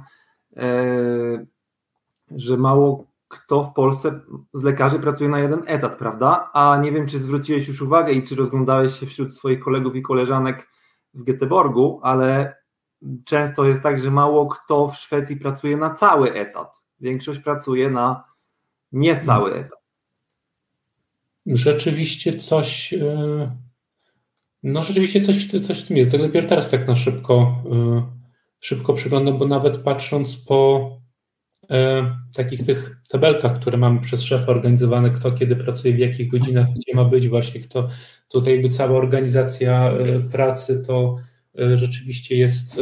że mało kto w Polsce z lekarzy pracuje na jeden etat, prawda? A nie wiem, czy zwróciłeś już uwagę i czy rozglądałeś się wśród swoich kolegów i koleżanek w Göteborgu, ale często jest tak, że mało kto w Szwecji pracuje na cały etat. Większość pracuje na niecały etat. Rzeczywiście coś, no rzeczywiście coś, coś w tym jest. Tego dopiero teraz tak na szybko, szybko przyglądam, bo nawet patrząc po e, takich tych tabelkach, które mamy przez szefa organizowane, kto kiedy pracuje, w jakich godzinach, gdzie ma być właśnie, kto tutaj jakby cała organizacja pracy, to rzeczywiście jest,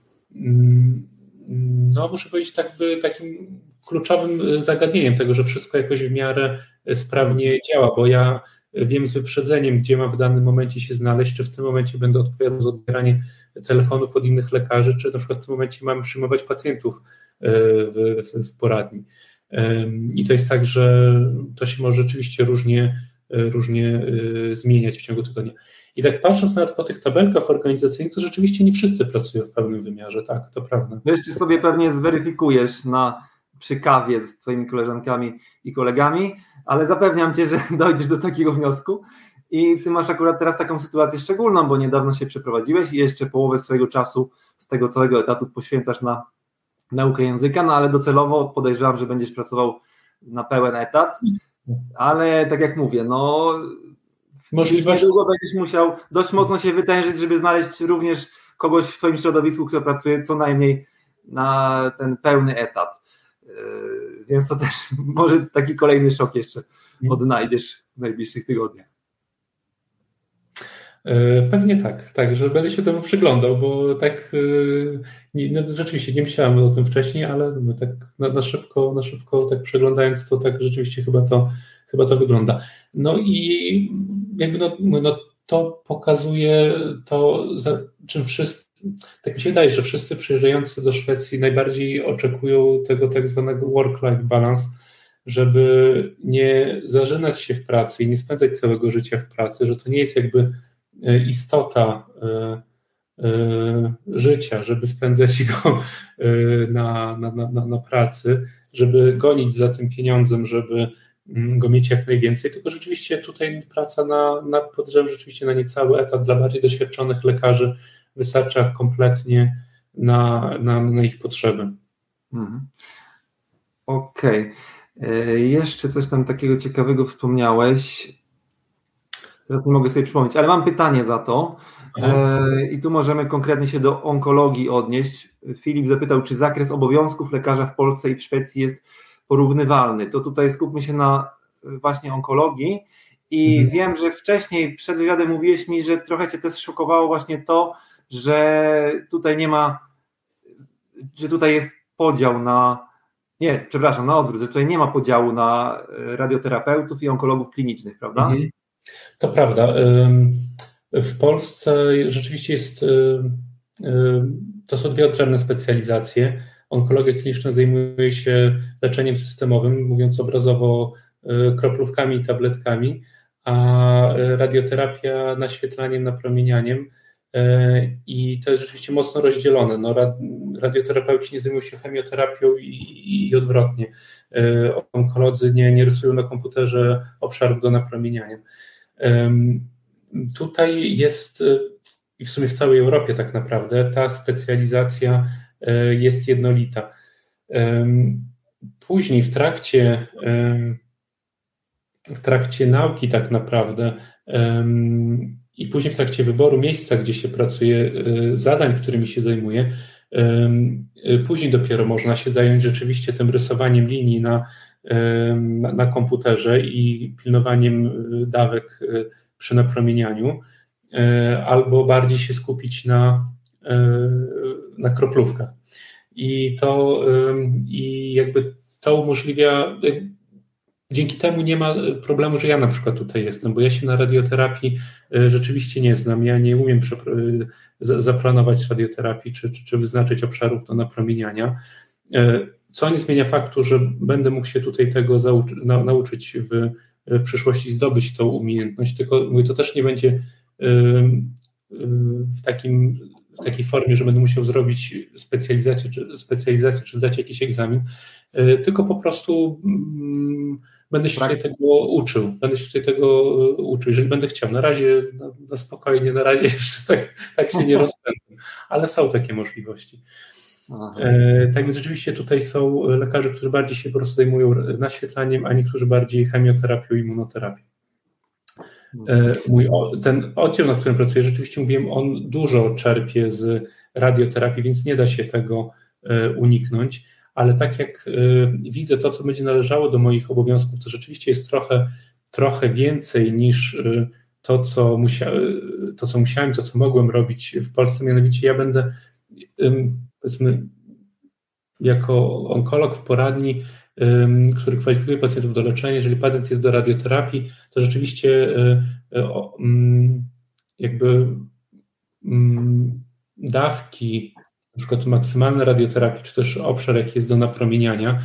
no muszę powiedzieć, tak by takim kluczowym zagadnieniem tego, że wszystko jakoś w miarę sprawnie działa, bo ja wiem z wyprzedzeniem, gdzie mam w danym momencie się znaleźć, czy w tym momencie będę odpowiadał za odbieranie telefonów od innych lekarzy, czy na przykład w tym momencie mamy przyjmować pacjentów w, w, w poradni. I to jest tak, że to się może rzeczywiście różnie, różnie zmieniać w ciągu tygodnia. I tak patrząc nawet po tych tabelkach organizacyjnych, to rzeczywiście nie wszyscy pracują w pełnym wymiarze, tak, to prawda. Jeszcze sobie pewnie zweryfikujesz na, przy kawie z twoimi koleżankami i kolegami, ale zapewniam cię, że dojdziesz do takiego wniosku i ty masz akurat teraz taką sytuację szczególną, bo niedawno się przeprowadziłeś i jeszcze połowę swojego czasu z tego całego etatu poświęcasz na naukę języka, no ale docelowo podejrzewam, że będziesz pracował na pełen etat, ale tak jak mówię, no możliwość... niedługo będziesz musiał dość mocno się wytężyć, żeby znaleźć również kogoś w twoim środowisku, kto pracuje co najmniej na ten pełny etat. Więc to też może taki kolejny szok jeszcze odnajdziesz w najbliższych tygodniach. Pewnie tak, tak, że będę się temu przyglądał, bo tak nie, no rzeczywiście nie myślałem o tym wcześniej, ale no tak na, na szybko, na szybko tak przeglądając to tak rzeczywiście chyba to, chyba to wygląda. No i jakby no, no to pokazuje to, za czym wszyscy, tak mi się wydaje, że wszyscy przyjeżdżający do Szwecji najbardziej oczekują tego tak zwanego work-life balance, żeby nie zażynać się w pracy i nie spędzać całego życia w pracy, że to nie jest jakby istota y, y, życia, żeby spędzać go y, na, na, na, na pracy, żeby gonić za tym pieniądzem, żeby go mieć jak najwięcej, tylko rzeczywiście tutaj praca na, na podrzewem, rzeczywiście na niecały etat dla bardziej doświadczonych lekarzy wystarcza kompletnie na, na, na ich potrzeby. Mhm. Okej. Okay. Jeszcze coś tam takiego ciekawego wspomniałeś. Teraz nie mogę sobie przypomnieć, ale mam pytanie za to. E, I tu możemy konkretnie się do onkologii odnieść. Filip zapytał, czy zakres obowiązków lekarza w Polsce i w Szwecji jest porównywalny. To tutaj skupmy się na właśnie onkologii i mhm. wiem, że wcześniej przed wywiadem mówiłeś mi, że trochę cię też szokowało właśnie to, że tutaj nie ma, że tutaj jest podział na, nie, przepraszam, na odwrót, że tutaj nie ma podziału na radioterapeutów i onkologów klinicznych, prawda? Mhm. To prawda. W Polsce rzeczywiście jest, to są dwie odrębne specjalizacje. Onkologia kliniczna zajmuje się leczeniem systemowym, mówiąc obrazowo kroplówkami i tabletkami, a radioterapia naświetlaniem, napromienianiem i to jest rzeczywiście mocno rozdzielone. No, radioterapeuci nie zajmują się chemioterapią i, i odwrotnie. Onkolodzy nie, nie rysują na komputerze obszarów do napromieniania. Tutaj jest, i w sumie w całej Europie tak naprawdę, ta specjalizacja jest jednolita. Później w trakcie, w trakcie nauki tak naprawdę i później w trakcie wyboru miejsca, gdzie się pracuje, zadań, którymi się zajmuje, później dopiero można się zająć rzeczywiście tym rysowaniem linii na, na, na komputerze i pilnowaniem dawek przy napromienianiu, albo bardziej się skupić na, na kroplówkach. I to i jakby to umożliwia, dzięki temu nie ma problemu, że ja na przykład tutaj jestem, bo ja się na radioterapii rzeczywiście nie znam. Ja nie umiem zaplanować radioterapii czy, czy, czy wyznaczyć obszarów do napromieniania, co nie zmienia faktu, że będę mógł się tutaj tego zauczy- na, nauczyć w, w przyszłości, zdobyć tą umiejętność, tylko mówię, to też nie będzie w takim w takiej formie, że będę musiał zrobić specjalizację czy, specjalizację, czy zdać jakiś egzamin, tylko po prostu mm, będę się tak. tutaj tego uczył, będę się tutaj tego uczył, jeżeli będę chciał. Na razie, na, na spokojnie, na razie jeszcze tak, tak się nie rozpędzę, ale są takie możliwości. E, tak więc rzeczywiście tutaj są lekarze, którzy bardziej się po prostu zajmują naświetlaniem, a niektórzy bardziej chemioterapią i immunoterapią. Mój, ten oddział, na którym pracuję, rzeczywiście mówiłem, on dużo czerpie z radioterapii, więc nie da się tego uniknąć, ale tak jak widzę to, co będzie należało do moich obowiązków, to rzeczywiście jest trochę, trochę więcej niż to co, musia, to, co musiałem, to, co mogłem robić w Polsce, mianowicie ja będę, powiedzmy, jako onkolog w poradni, który kwalifikuje pacjentów do leczenia. Jeżeli pacjent jest do radioterapii, to rzeczywiście jakby dawki, na przykład maksymalne radioterapii, czy też obszar, jaki jest do napromieniania,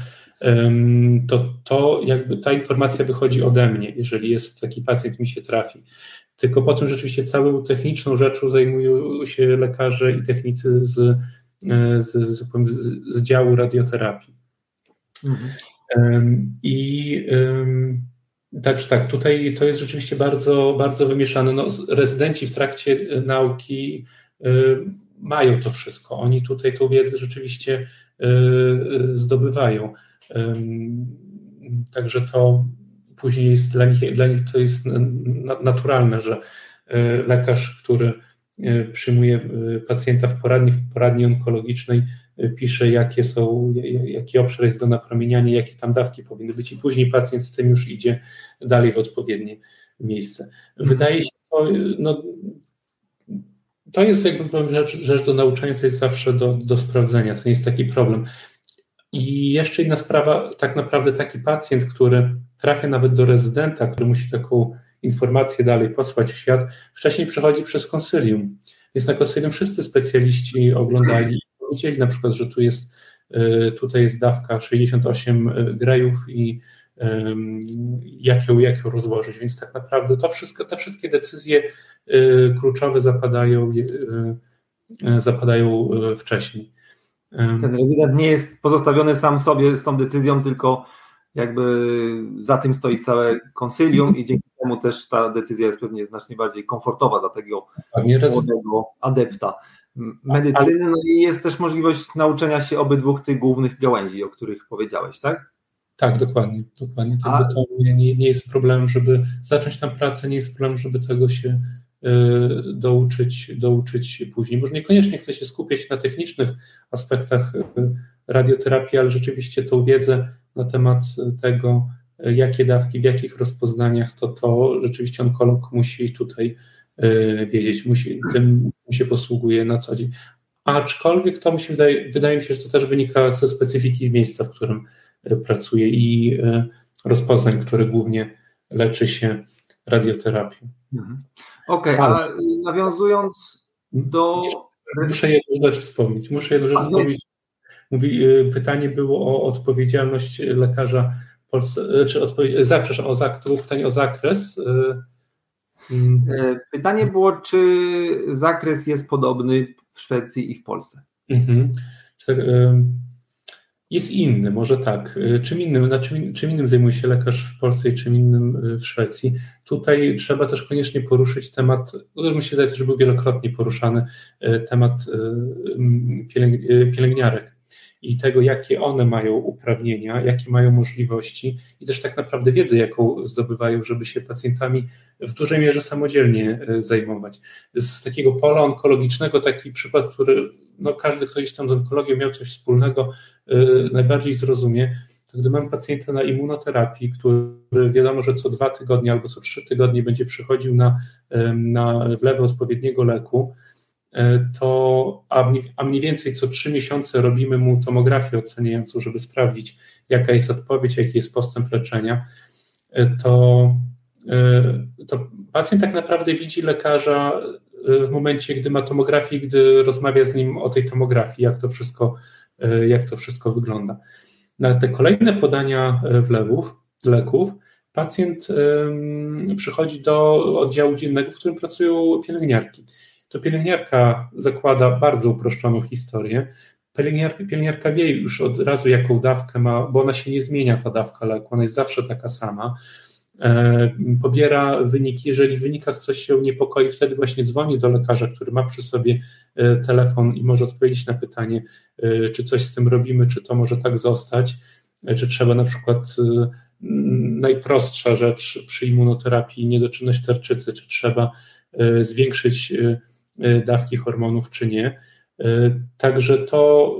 to, to jakby ta informacja wychodzi ode mnie, jeżeli jest taki pacjent, mi się trafi. Tylko potem rzeczywiście całą techniczną rzeczą zajmują się lekarze i technicy z, z, z, z działu radioterapii. Mhm. I także tak, tutaj to jest rzeczywiście bardzo, bardzo wymieszane. No, rezydenci w trakcie nauki mają to wszystko. Oni tutaj tą wiedzę rzeczywiście zdobywają. Także to później jest dla nich, dla nich to jest naturalne, że lekarz, który przyjmuje pacjenta w poradni, w poradni onkologicznej, pisze, jakie są, jaki obszar jest do napromieniania, jakie tam dawki powinny być i później pacjent z tym już idzie dalej w odpowiednie miejsce. Wydaje się to, no, to jest jakby rzecz, rzecz do nauczenia, to jest zawsze do, do sprawdzenia, to nie jest taki problem. I jeszcze inna sprawa, tak naprawdę taki pacjent, który trafia nawet do rezydenta, który musi taką informację dalej posłać w świat, wcześniej przechodzi przez konsylium. Więc na konsylium wszyscy specjaliści oglądali, widzieli na przykład, że tu jest, tutaj jest dawka sześćdziesiąt osiem grejów i jak ją, jak ją rozłożyć. Więc tak naprawdę to wszystko, te wszystkie decyzje kluczowe zapadają, zapadają wcześniej. Ten rezydent nie jest pozostawiony sam sobie z tą decyzją, tylko jakby za tym stoi całe konsylium i dzięki temu też ta decyzja jest pewnie znacznie bardziej komfortowa dla tego młodego adepta medycyny. No i jest też możliwość nauczenia się obydwu tych głównych gałęzi, o których powiedziałeś, tak? Tak, dokładnie. dokładnie. A... To nie, nie jest problem, żeby zacząć tam pracę, nie jest problem, żeby tego się y, douczyć, douczyć później. Może niekoniecznie chcę się skupiać na technicznych aspektach y, radioterapii, ale rzeczywiście tą wiedzę na temat tego, jakie dawki, w jakich rozpoznaniach, to to rzeczywiście onkolog musi tutaj y, wiedzieć, musi, tym się posługuje na co dzień. Aczkolwiek to mi się wydaje, wydaje mi się, że to też wynika ze specyfiki miejsca, w którym y, pracuje i y, rozpoznań, które głównie leczy się radioterapią. Mhm. Okej, okay, a nawiązując do... Muszę jedną rzecz wspomnieć, muszę jedną rzecz wspomnieć. Mówi, pytanie było o odpowiedzialność lekarza w Polsce, czy odpowiedź, zapraszam, o zakres, to było pytanie o zakres. Pytanie było, czy zakres jest podobny w Szwecji i w Polsce? Mhm. Jest inny, może tak. Czym innym, na czym, czym innym zajmuje się lekarz w Polsce i czym innym w Szwecji? Tutaj trzeba też koniecznie poruszyć temat, który mi się wydaje, że był wielokrotnie poruszany, temat pielęgniarek i tego, jakie one mają uprawnienia, jakie mają możliwości i też tak naprawdę wiedzę, jaką zdobywają, żeby się pacjentami w dużej mierze samodzielnie zajmować. Z takiego pola onkologicznego taki przykład, który no, każdy, kto gdzieś tam z onkologią miał coś wspólnego, yy, najbardziej zrozumie, to gdy mam pacjenta na immunoterapii, który wiadomo, że co dwa tygodnie albo co trzy tygodnie będzie przychodził na, na wlewę odpowiedniego leku, to a mniej, a mniej więcej co trzy miesiące robimy mu tomografię oceniającą, żeby sprawdzić, jaka jest odpowiedź, jaki jest postęp leczenia. to, to pacjent tak naprawdę widzi lekarza w momencie, gdy ma tomografię, gdy rozmawia z nim o tej tomografii, jak to wszystko, jak to wszystko wygląda. Na te kolejne podania wlewów, leków, pacjent przychodzi do oddziału dziennego, w którym pracują pielęgniarki. To pielęgniarka zakłada bardzo uproszczoną historię. Pielęgniarka, pielęgniarka wie już od razu, jaką dawkę ma, bo ona się nie zmienia, ta dawka leku, ona jest zawsze taka sama. Pobiera wyniki, jeżeli w wynikach coś się niepokoi, wtedy właśnie dzwoni do lekarza, który ma przy sobie telefon i może odpowiedzieć na pytanie, czy coś z tym robimy, czy to może tak zostać, czy trzeba na przykład najprostsza rzecz przy immunoterapii, niedoczynność tarczycy, czy trzeba zwiększyć dawki hormonów, czy nie. Także to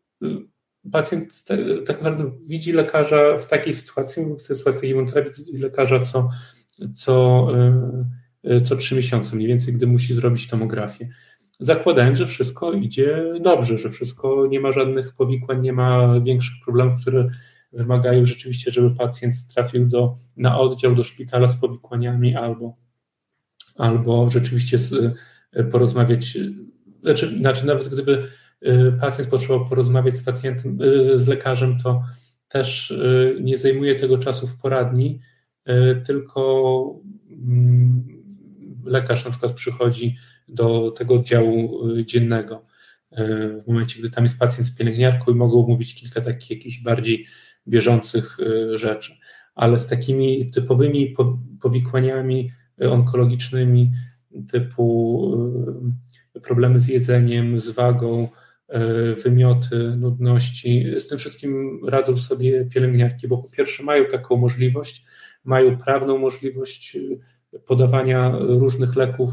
pacjent tak naprawdę widzi lekarza w takiej sytuacji, w sytuacji takiej immunoterapii, widzi lekarza co, co, co trzy miesiące mniej więcej, gdy musi zrobić tomografię. Zakładając, że wszystko idzie dobrze, że wszystko, nie ma żadnych powikłań, nie ma większych problemów, które wymagają rzeczywiście, żeby pacjent trafił do, na oddział, do szpitala z powikłaniami albo, albo rzeczywiście z, porozmawiać, znaczy, znaczy nawet gdyby pacjent potrzebował porozmawiać z pacjentem, z lekarzem, to też nie zajmuje tego czasu w poradni, tylko lekarz na przykład przychodzi do tego oddziału dziennego w momencie, gdy tam jest pacjent z pielęgniarką i mogą mówić kilka takich jakichś bardziej bieżących rzeczy, ale z takimi typowymi powikłaniami onkologicznymi typu problemy z jedzeniem, z wagą, wymioty, nudności, z tym wszystkim radzą sobie pielęgniarki, bo po pierwsze mają taką możliwość, mają prawną możliwość podawania różnych leków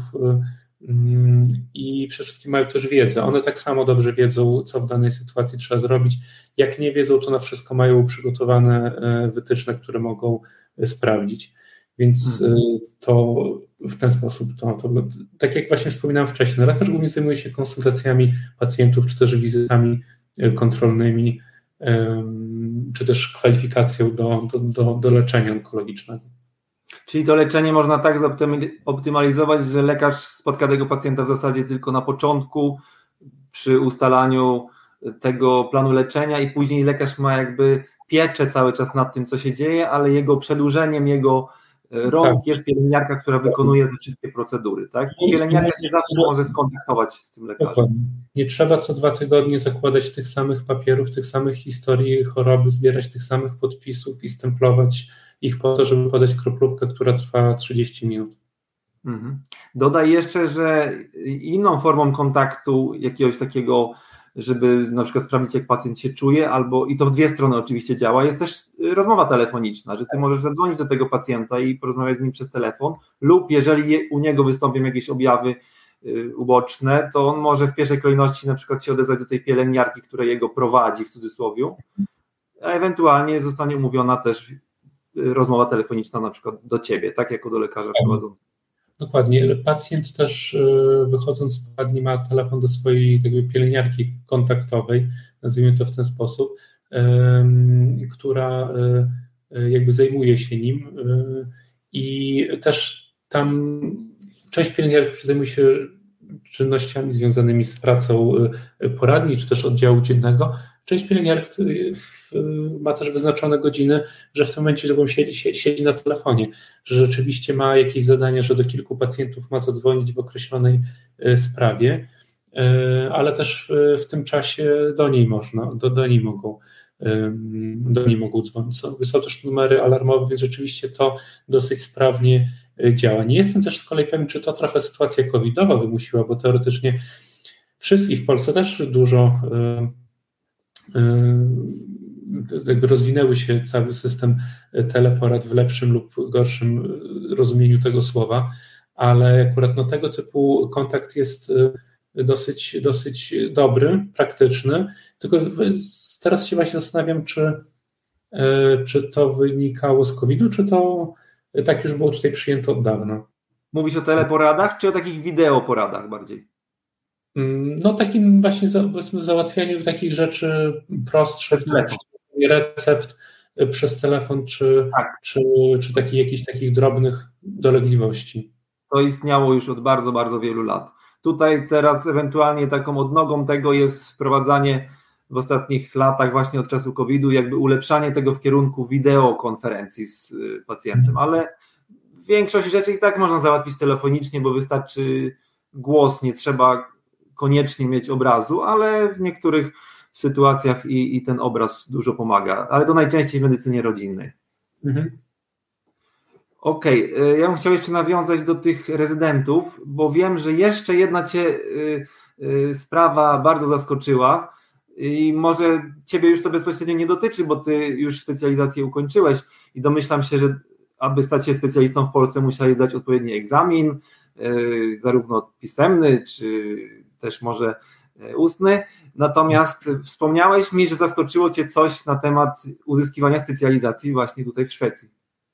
i przede wszystkim mają też wiedzę. One tak samo dobrze wiedzą, co w danej sytuacji trzeba zrobić. Jak nie wiedzą, to na wszystko mają przygotowane wytyczne, które mogą sprawdzić. Więc hmm. to w ten sposób to, to tak jak właśnie wspominałem wcześniej, lekarz głównie zajmuje się konsultacjami pacjentów, czy też wizytami kontrolnymi, czy też kwalifikacją do, do, do, do leczenia onkologicznego. Czyli to leczenie można tak optymalizować, że lekarz spotka tego pacjenta w zasadzie tylko na początku przy ustalaniu tego planu leczenia i później lekarz ma jakby pieczę cały czas nad tym, co się dzieje, ale jego przedłużeniem, jego rąk tak. jest pielęgniarka, która wykonuje te wszystkie procedury, tak? I pielęgniarka się zawsze może skontaktować z tym lekarzem. Dokładnie. Nie trzeba co dwa tygodnie zakładać tych samych papierów, tych samych historii choroby, zbierać tych samych podpisów i stemplować ich po to, żeby podać kroplówkę, która trwa trzydzieści minut. Mhm. Dodaj jeszcze, że inną formą kontaktu jakiegoś takiego, żeby na przykład sprawdzić, jak pacjent się czuje, albo i to w dwie strony oczywiście działa, jest też rozmowa telefoniczna, że ty możesz zadzwonić do tego pacjenta i porozmawiać z nim przez telefon, lub jeżeli u niego wystąpią jakieś objawy uboczne, to on może w pierwszej kolejności na przykład się odezwać do tej pielęgniarki, która jego prowadzi w cudzysłowie, a ewentualnie zostanie umówiona też rozmowa telefoniczna na przykład do ciebie, tak, jako do lekarza prowadzącego. Dokładnie. Pacjent też wychodząc z poradni ma telefon do swojej jakby pielęgniarki kontaktowej, nazwijmy to w ten sposób, która jakby zajmuje się nim i też tam część pielęgniarek zajmuje się czynnościami związanymi z pracą poradni, czy też oddziału dziennego. Część pielęgniarek ma też wyznaczone godziny, że w tym momencie, żebym siedzi, siedzi na telefonie, że rzeczywiście ma jakieś zadania, że do kilku pacjentów ma zadzwonić w określonej sprawie, ale też w, w tym czasie do niej można, do, do niej mogą do niej mogą dzwonić. Są, są też numery alarmowe, więc rzeczywiście to dosyć sprawnie działa. Nie jestem też z kolei pewien, czy to trochę sytuacja covidowa wymusiła, bo teoretycznie wszyscy w Polsce też dużo jakby rozwinęły się cały system teleporad w lepszym lub gorszym rozumieniu tego słowa, ale akurat no, tego typu kontakt jest dosyć, dosyć dobry, praktyczny, tylko teraz się właśnie zastanawiam, czy, czy to wynikało z kowida, czy to tak już było tutaj przyjęte od dawna. Mówisz o teleporadach, czy o takich wideoporadach bardziej? No takim właśnie za, załatwianiu takich rzeczy prostszych, recept, przez telefon, czy, Tak. czy, czy taki, jakichś takich drobnych dolegliwości? To istniało już od bardzo, bardzo wielu lat. Tutaj teraz ewentualnie taką odnogą tego jest wprowadzanie w ostatnich latach właśnie od czasu kowida, jakby ulepszanie tego w kierunku wideokonferencji z pacjentem, ale większość rzeczy i tak można załatwić telefonicznie, bo wystarczy głos, nie trzeba koniecznie mieć obrazu, ale w niektórych sytuacjach i, i ten obraz dużo pomaga, ale to najczęściej w medycynie rodzinnej. Mhm. Okej, okay. Ja bym chciał jeszcze nawiązać do tych rezydentów, bo wiem, że jeszcze jedna Cię y, y, sprawa bardzo zaskoczyła i może Ciebie już to bezpośrednio nie dotyczy, bo Ty już specjalizację ukończyłeś i domyślam się, że aby stać się specjalistą w Polsce musiałeś zdać odpowiedni egzamin, y, zarówno pisemny, czy też może ustny. Natomiast wspomniałeś mi, że zaskoczyło Cię coś na temat uzyskiwania specjalizacji właśnie tutaj w Szwecji.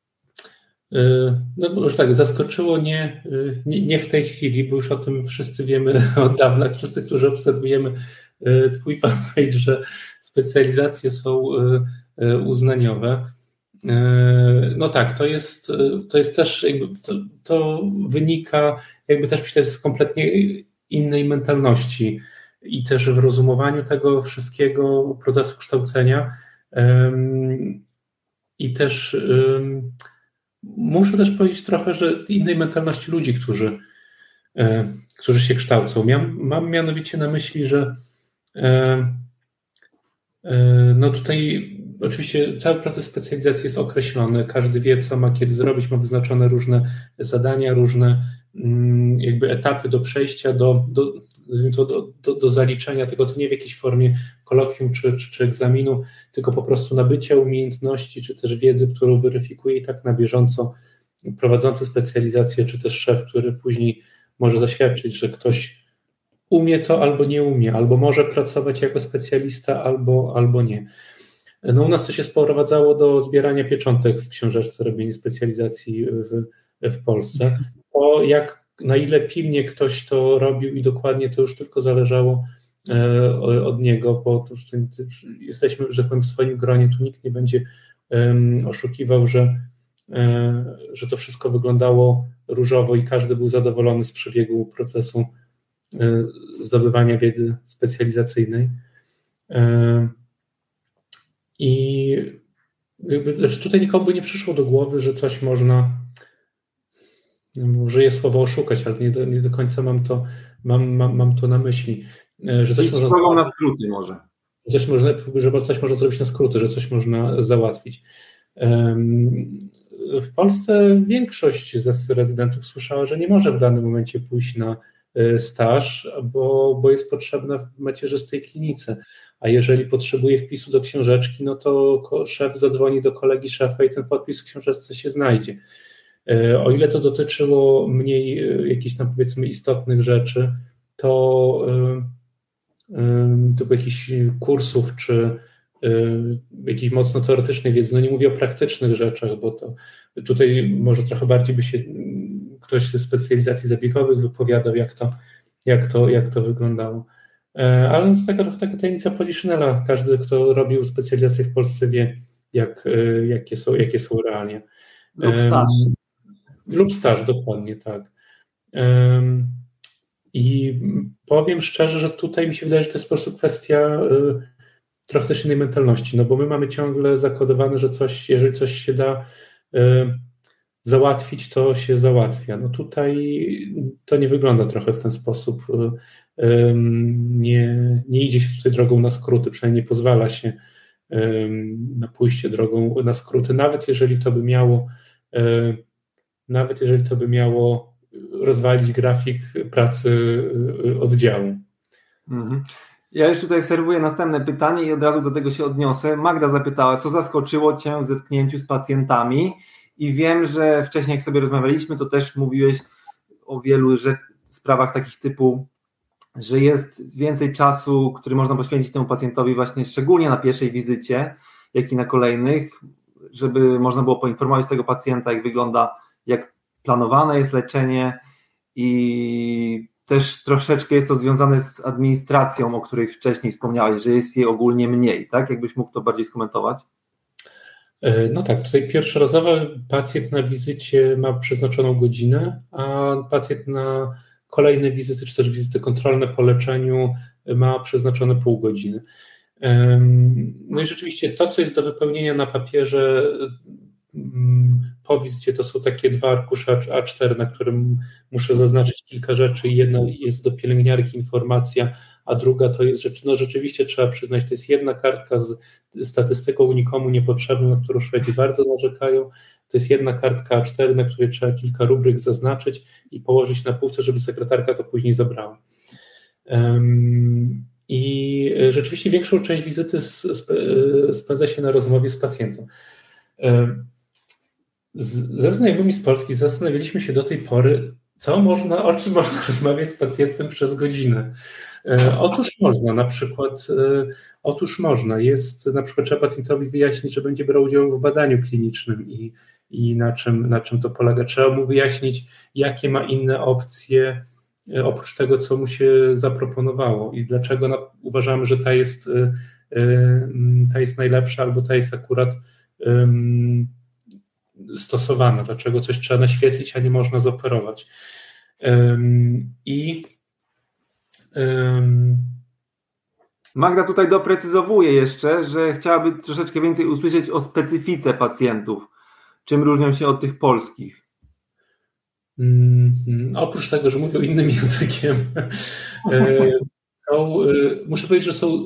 No bo już tak, zaskoczyło nie, nie, nie w tej chwili, bo już o tym wszyscy wiemy od dawna, wszyscy, którzy obserwujemy Twój fanpage, że specjalizacje są uznaniowe. No tak, to jest, to jest też jakby, to, to wynika jakby też myślę z kompletnie innej mentalności i też w rozumowaniu tego wszystkiego procesu kształcenia i też muszę też powiedzieć trochę, że innej mentalności ludzi, którzy, którzy się kształcą. Mam, mam mianowicie na myśli, że no tutaj oczywiście cały proces specjalizacji jest określony, każdy wie, co ma kiedy zrobić, ma wyznaczone różne zadania, różne jakby etapy do przejścia, do, do, do, do, do zaliczenia tego, to nie w jakiejś formie kolokwium czy, czy, czy egzaminu, tylko po prostu nabycia umiejętności, czy też wiedzy, którą weryfikuje i tak na bieżąco prowadzący specjalizację, czy też szef, który później może zaświadczyć, że ktoś umie to albo nie umie, albo może pracować jako specjalista, albo, albo nie. No u nas to się sprowadzało do zbierania pieczątek w książeczce, robienie specjalizacji w, w Polsce. O jak, na ile pilnie ktoś to robił i dokładnie to już tylko zależało e, od niego, bo to już, to już jesteśmy, że tak powiem, w swoim gronie, tu nikt nie będzie um, oszukiwał, że, e, że to wszystko wyglądało różowo i każdy był zadowolony z przebiegu procesu e, zdobywania wiedzy specjalizacyjnej. E, I jakby, znaczy tutaj nikomu by nie przyszło do głowy, że coś można, użyję słowa oszukać, ale nie do, nie do końca mam to, mam, mam, mam to na myśli. Że coś można zrobić na skróty może. Coś można, że coś można zrobić na skróty, że coś można załatwić. W Polsce większość z rezydentów słyszała, że nie może w danym momencie pójść na staż, bo, bo jest potrzebna w macierzystej klinice. A jeżeli potrzebuje wpisu do książeczki, no to szef zadzwoni do kolegi szefa i ten podpis w książeczce się znajdzie. O ile to dotyczyło mniej jakichś tam powiedzmy istotnych rzeczy, to typu jakichś kursów czy jakiejś mocno teoretycznej wiedzy, no nie mówię o praktycznych rzeczach, bo to tutaj może trochę bardziej by się ktoś ze specjalizacji zabiegowych wypowiadał, jak to, jak to, jak to wyglądało. Ale to taka, taka tajemnica Poliszynela. Każdy, kto robił specjalizację w Polsce, wie, jak, jakie, są, jakie są realia. Lub staż. Lub staż, dokładnie tak. I powiem szczerze, że tutaj mi się wydaje, że to jest po prostu kwestia trochę też innej mentalności, no bo my mamy ciągle zakodowane, że coś, jeżeli coś się da załatwić, to się załatwia. No tutaj to nie wygląda trochę w ten sposób. Nie, nie idzie się tutaj drogą na skróty, przynajmniej nie pozwala się na pójście drogą na skróty, nawet jeżeli to by miało nawet jeżeli to by miało rozwalić grafik pracy oddziału. Mhm. Ja już tutaj serwuję następne pytanie i od razu do tego się odniosę. Magda zapytała, co zaskoczyło Cię w zetknięciu z pacjentami i wiem, że wcześniej jak sobie rozmawialiśmy, to też mówiłeś o wielu sprawach takich typu, że jest więcej czasu, który można poświęcić temu pacjentowi właśnie szczególnie na pierwszej wizycie, jak i na kolejnych, żeby można było poinformować tego pacjenta, jak wygląda, jak planowane jest leczenie i też troszeczkę jest to związane z administracją, o której wcześniej wspomniałeś, że jest jej ogólnie mniej, tak? Jakbyś mógł to bardziej skomentować? No tak, tutaj pierwszorazowo pacjent na wizycie ma przeznaczoną godzinę, a pacjent na kolejne wizyty, czy też wizyty kontrolne po leczeniu ma przeznaczone pół godziny. No i rzeczywiście to, co jest do wypełnienia na papierze po wizycie, to są takie dwa arkusze A cztery, na którym muszę zaznaczyć kilka rzeczy. Jedna jest do pielęgniarki informacja, a druga to jest rzecz, no rzeczywiście trzeba przyznać, to jest jedna kartka z statystyką nikomu niepotrzebną, na którą Szwedzi bardzo narzekają. To jest jedna kartka A cztery, na której trzeba kilka rubryk zaznaczyć i położyć na półce, żeby sekretarka to później zabrała. Um, I rzeczywiście większą część wizyty spędza się na rozmowie z pacjentem. Um, Ze znajomymi z Polski zastanawialiśmy się do tej pory, co można, o czym można rozmawiać z pacjentem przez godzinę. Otóż można, na przykład, otóż można, jest, na przykład trzeba pacjentowi wyjaśnić, że będzie brał udział w badaniu klinicznym i, i na czym, na czym to polega. Trzeba mu wyjaśnić, jakie ma inne opcje, oprócz tego, co mu się zaproponowało i dlaczego na, uważamy, że ta jest, ta jest najlepsza albo ta jest akurat um, stosowana, dlaczego coś trzeba naświetlić, a nie można zoperować. Um, I um, Magda tutaj doprecyzowuje jeszcze, że chciałaby troszeczkę więcej usłyszeć o specyfice pacjentów, czym różnią się od tych polskich. Um, oprócz tego, że mówią innym językiem, są, muszę powiedzieć, że są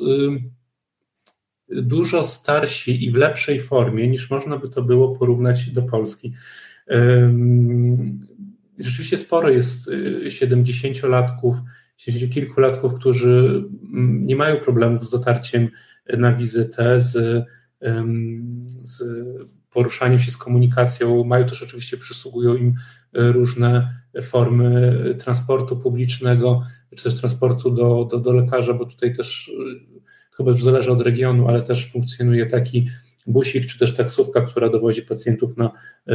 dużo starsi i w lepszej formie, niż można by to było porównać do Polski. Rzeczywiście sporo jest siedemdziesięciolatków, siedemdziesięciokilkulatków, którzy nie mają problemów z dotarciem na wizytę, z, z poruszaniem się, z komunikacją. Mają też oczywiście, przysługują im różne formy transportu publicznego, czy też transportu do, do, do lekarza, bo tutaj też chyba już zależy od regionu, ale też funkcjonuje taki busik, czy też taksówka, która dowozi pacjentów na e,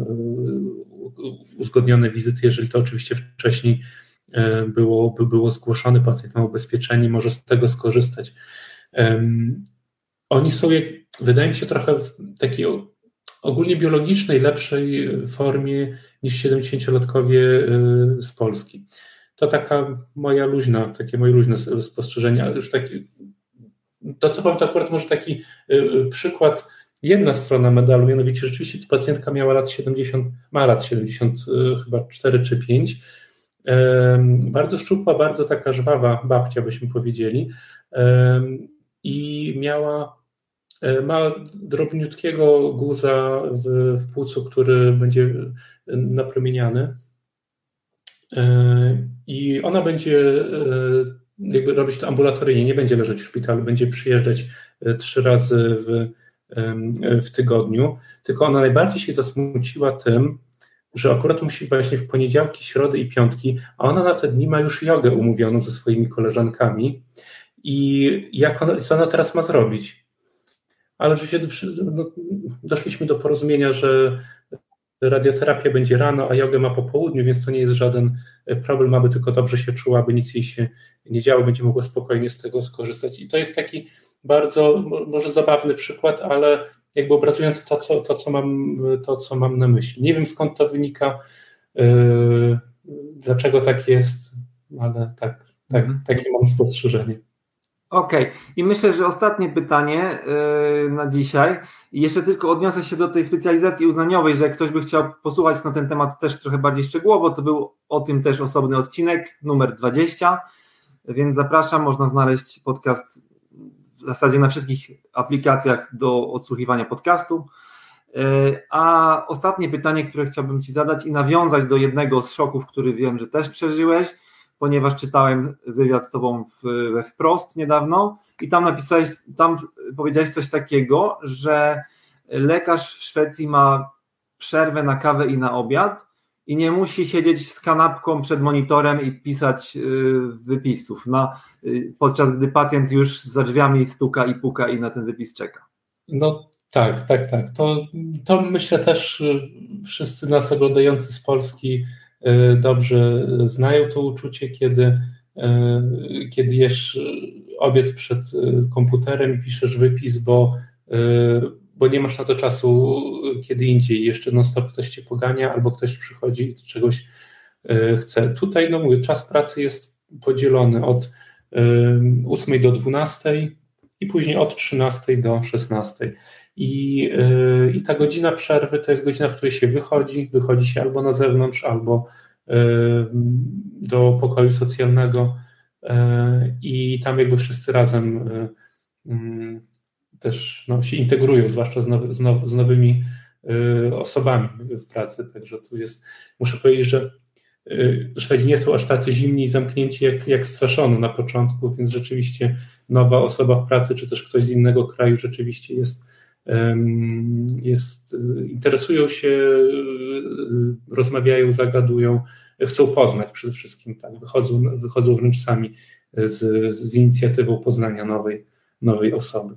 uzgodnione wizyty, jeżeli to oczywiście wcześniej e, było, by było zgłoszone, pacjent ma ubezpieczenie, może z tego skorzystać. E, oni są, jak, wydaje mi się, trochę w takiej ogólnie biologicznej, lepszej formie niż siedemdziesięciolatkowie z Polski. To taka moja luźna, takie moje luźne spostrzeżenie, ale już taki to, co powiem, to akurat może taki y, przykład, jedna strona medalu, mianowicie rzeczywiście pacjentka miała lat siedemdziesiąt, ma lat siedemdziesiąt, y, chyba cztery czy pięć, y, bardzo szczupła, bardzo taka żwawa babcia, byśmy powiedzieli, y, i miała, y, ma drobniutkiego guza w, w płucu, który będzie napromieniany y, i ona będzie y, jakby robić to ambulatoryjnie, nie będzie leżeć w szpitalu, będzie przyjeżdżać trzy razy w, w tygodniu, tylko ona najbardziej się zasmuciła tym, że akurat musi właśnie w poniedziałki, środy i piątki, a ona na te dni ma już jogę umówioną ze swoimi koleżankami i jak ona, co ona teraz ma zrobić? Ale oczywiście no, doszliśmy do porozumienia, że radioterapia będzie rano, a jogę ma po południu, więc to nie jest żaden problem, aby tylko dobrze się czuła, aby nic jej się nie działo, będzie mogła spokojnie z tego skorzystać. I to jest taki bardzo, może zabawny przykład, ale jakby obrazujący to, co, to, co, mam, to, co mam na myśli. Nie wiem, skąd to wynika, yy, dlaczego tak jest, ale tak, tak, takie mam spostrzeżenie. Okej, okay. I myślę, że ostatnie pytanie yy, na dzisiaj. I jeszcze tylko odniosę się do tej specjalizacji uznaniowej, że jak ktoś by chciał posłuchać na ten temat też trochę bardziej szczegółowo, to był o tym też osobny odcinek, numer dwadzieścia, więc zapraszam, można znaleźć podcast w zasadzie na wszystkich aplikacjach do odsłuchiwania podcastu. Yy, a ostatnie pytanie, które chciałbym Ci zadać i nawiązać do jednego z szoków, który wiem, że też przeżyłeś, ponieważ czytałem wywiad z Tobą w, we Wprost niedawno i tam napisałeś, tam powiedziałeś coś takiego, że lekarz w Szwecji ma przerwę na kawę i na obiad i nie musi siedzieć z kanapką przed monitorem i pisać wypisów, na, podczas gdy pacjent już za drzwiami stuka i puka i na ten wypis czeka. No tak, tak, tak. To, to myślę też wszyscy nas oglądający z Polski dobrze znają to uczucie, kiedy, kiedy jesz obiad przed komputerem i piszesz wypis, bo, bo nie masz na to czasu kiedy indziej. Jeszcze non-stop ktoś cię pogania albo ktoś przychodzi i czegoś chce. Tutaj, no mówię, czas pracy jest podzielony od ósmej do dwunastej i później od trzynastej do szesnastej. I, I ta godzina przerwy to jest godzina, w której się wychodzi, wychodzi się albo na zewnątrz, albo do pokoju socjalnego i tam jakby wszyscy razem też no, się integrują, zwłaszcza z, nowy, z, now, z nowymi osobami w pracy. Także tu jest, muszę powiedzieć, że Szwedzi nie są aż tacy zimni i zamknięci jak, jak straszono na początku, więc rzeczywiście nowa osoba w pracy, czy też ktoś z innego kraju rzeczywiście jest, jest interesują się, rozmawiają, zagadują, chcą poznać przede wszystkim, tak, wychodzą, wychodzą wręcz sami z, z inicjatywą poznania nowej, nowej osoby.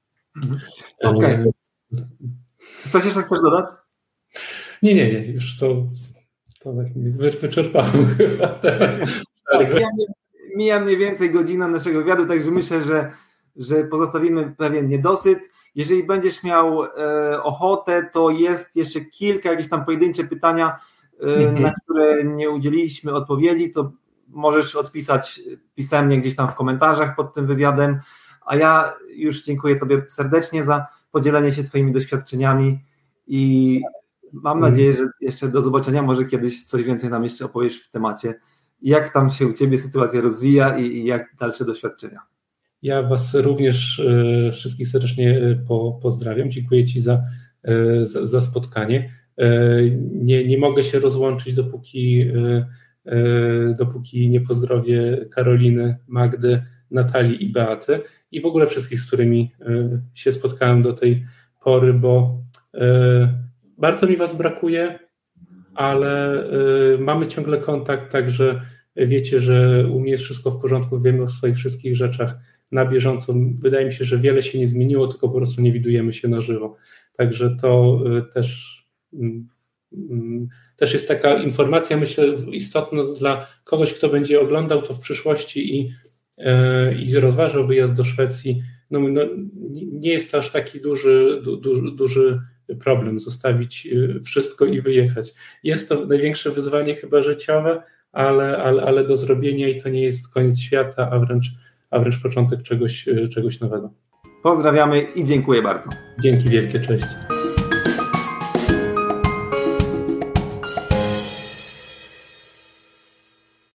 Okej. Okay. Coś jeszcze chcesz dodać? Nie, nie, nie, już to To tak wyczerpałem chyba. Tak, mija, mija mniej więcej godzina naszego wywiadu, także myślę, że, że pozostawimy pewien niedosyt. Jeżeli będziesz miał e, ochotę, to jest jeszcze kilka jakieś tam pojedyncze pytania, e, mhm. na które nie udzieliliśmy odpowiedzi, to możesz odpisać pisemnie gdzieś tam w komentarzach pod tym wywiadem, a ja już dziękuję Tobie serdecznie za podzielenie się Twoimi doświadczeniami i mam nadzieję, że jeszcze do zobaczenia, może kiedyś coś więcej nam jeszcze opowiesz w temacie. Jak tam się u Ciebie sytuacja rozwija i, i jak dalsze doświadczenia? Ja Was również y, wszystkich serdecznie po, pozdrawiam. Dziękuję Ci za, y, za, za spotkanie. Y, nie, nie mogę się rozłączyć, dopóki, y, y, dopóki nie pozdrowię Karoliny, Magdy, Natalii i Beaty i w ogóle wszystkich, z którymi y, się spotkałem do tej pory, bo y, bardzo mi Was brakuje, ale y, mamy ciągle kontakt, także wiecie, że u mnie jest wszystko w porządku, wiemy o swoich wszystkich rzeczach na bieżąco. Wydaje mi się, że wiele się nie zmieniło, tylko po prostu nie widujemy się na żywo. Także to y, też, y, y, też jest taka informacja, myślę, istotna dla kogoś, kto będzie oglądał to w przyszłości i, y, i rozważał wyjazd do Szwecji. No, no, nie jest to aż taki duży, du, du, duży problem zostawić wszystko i wyjechać. Jest to największe wyzwanie chyba życiowe, ale, ale, ale do zrobienia i to nie jest koniec świata, a wręcz, a wręcz początek czegoś, czegoś nowego. Pozdrawiamy i dziękuję bardzo. Dzięki wielkie, cześć.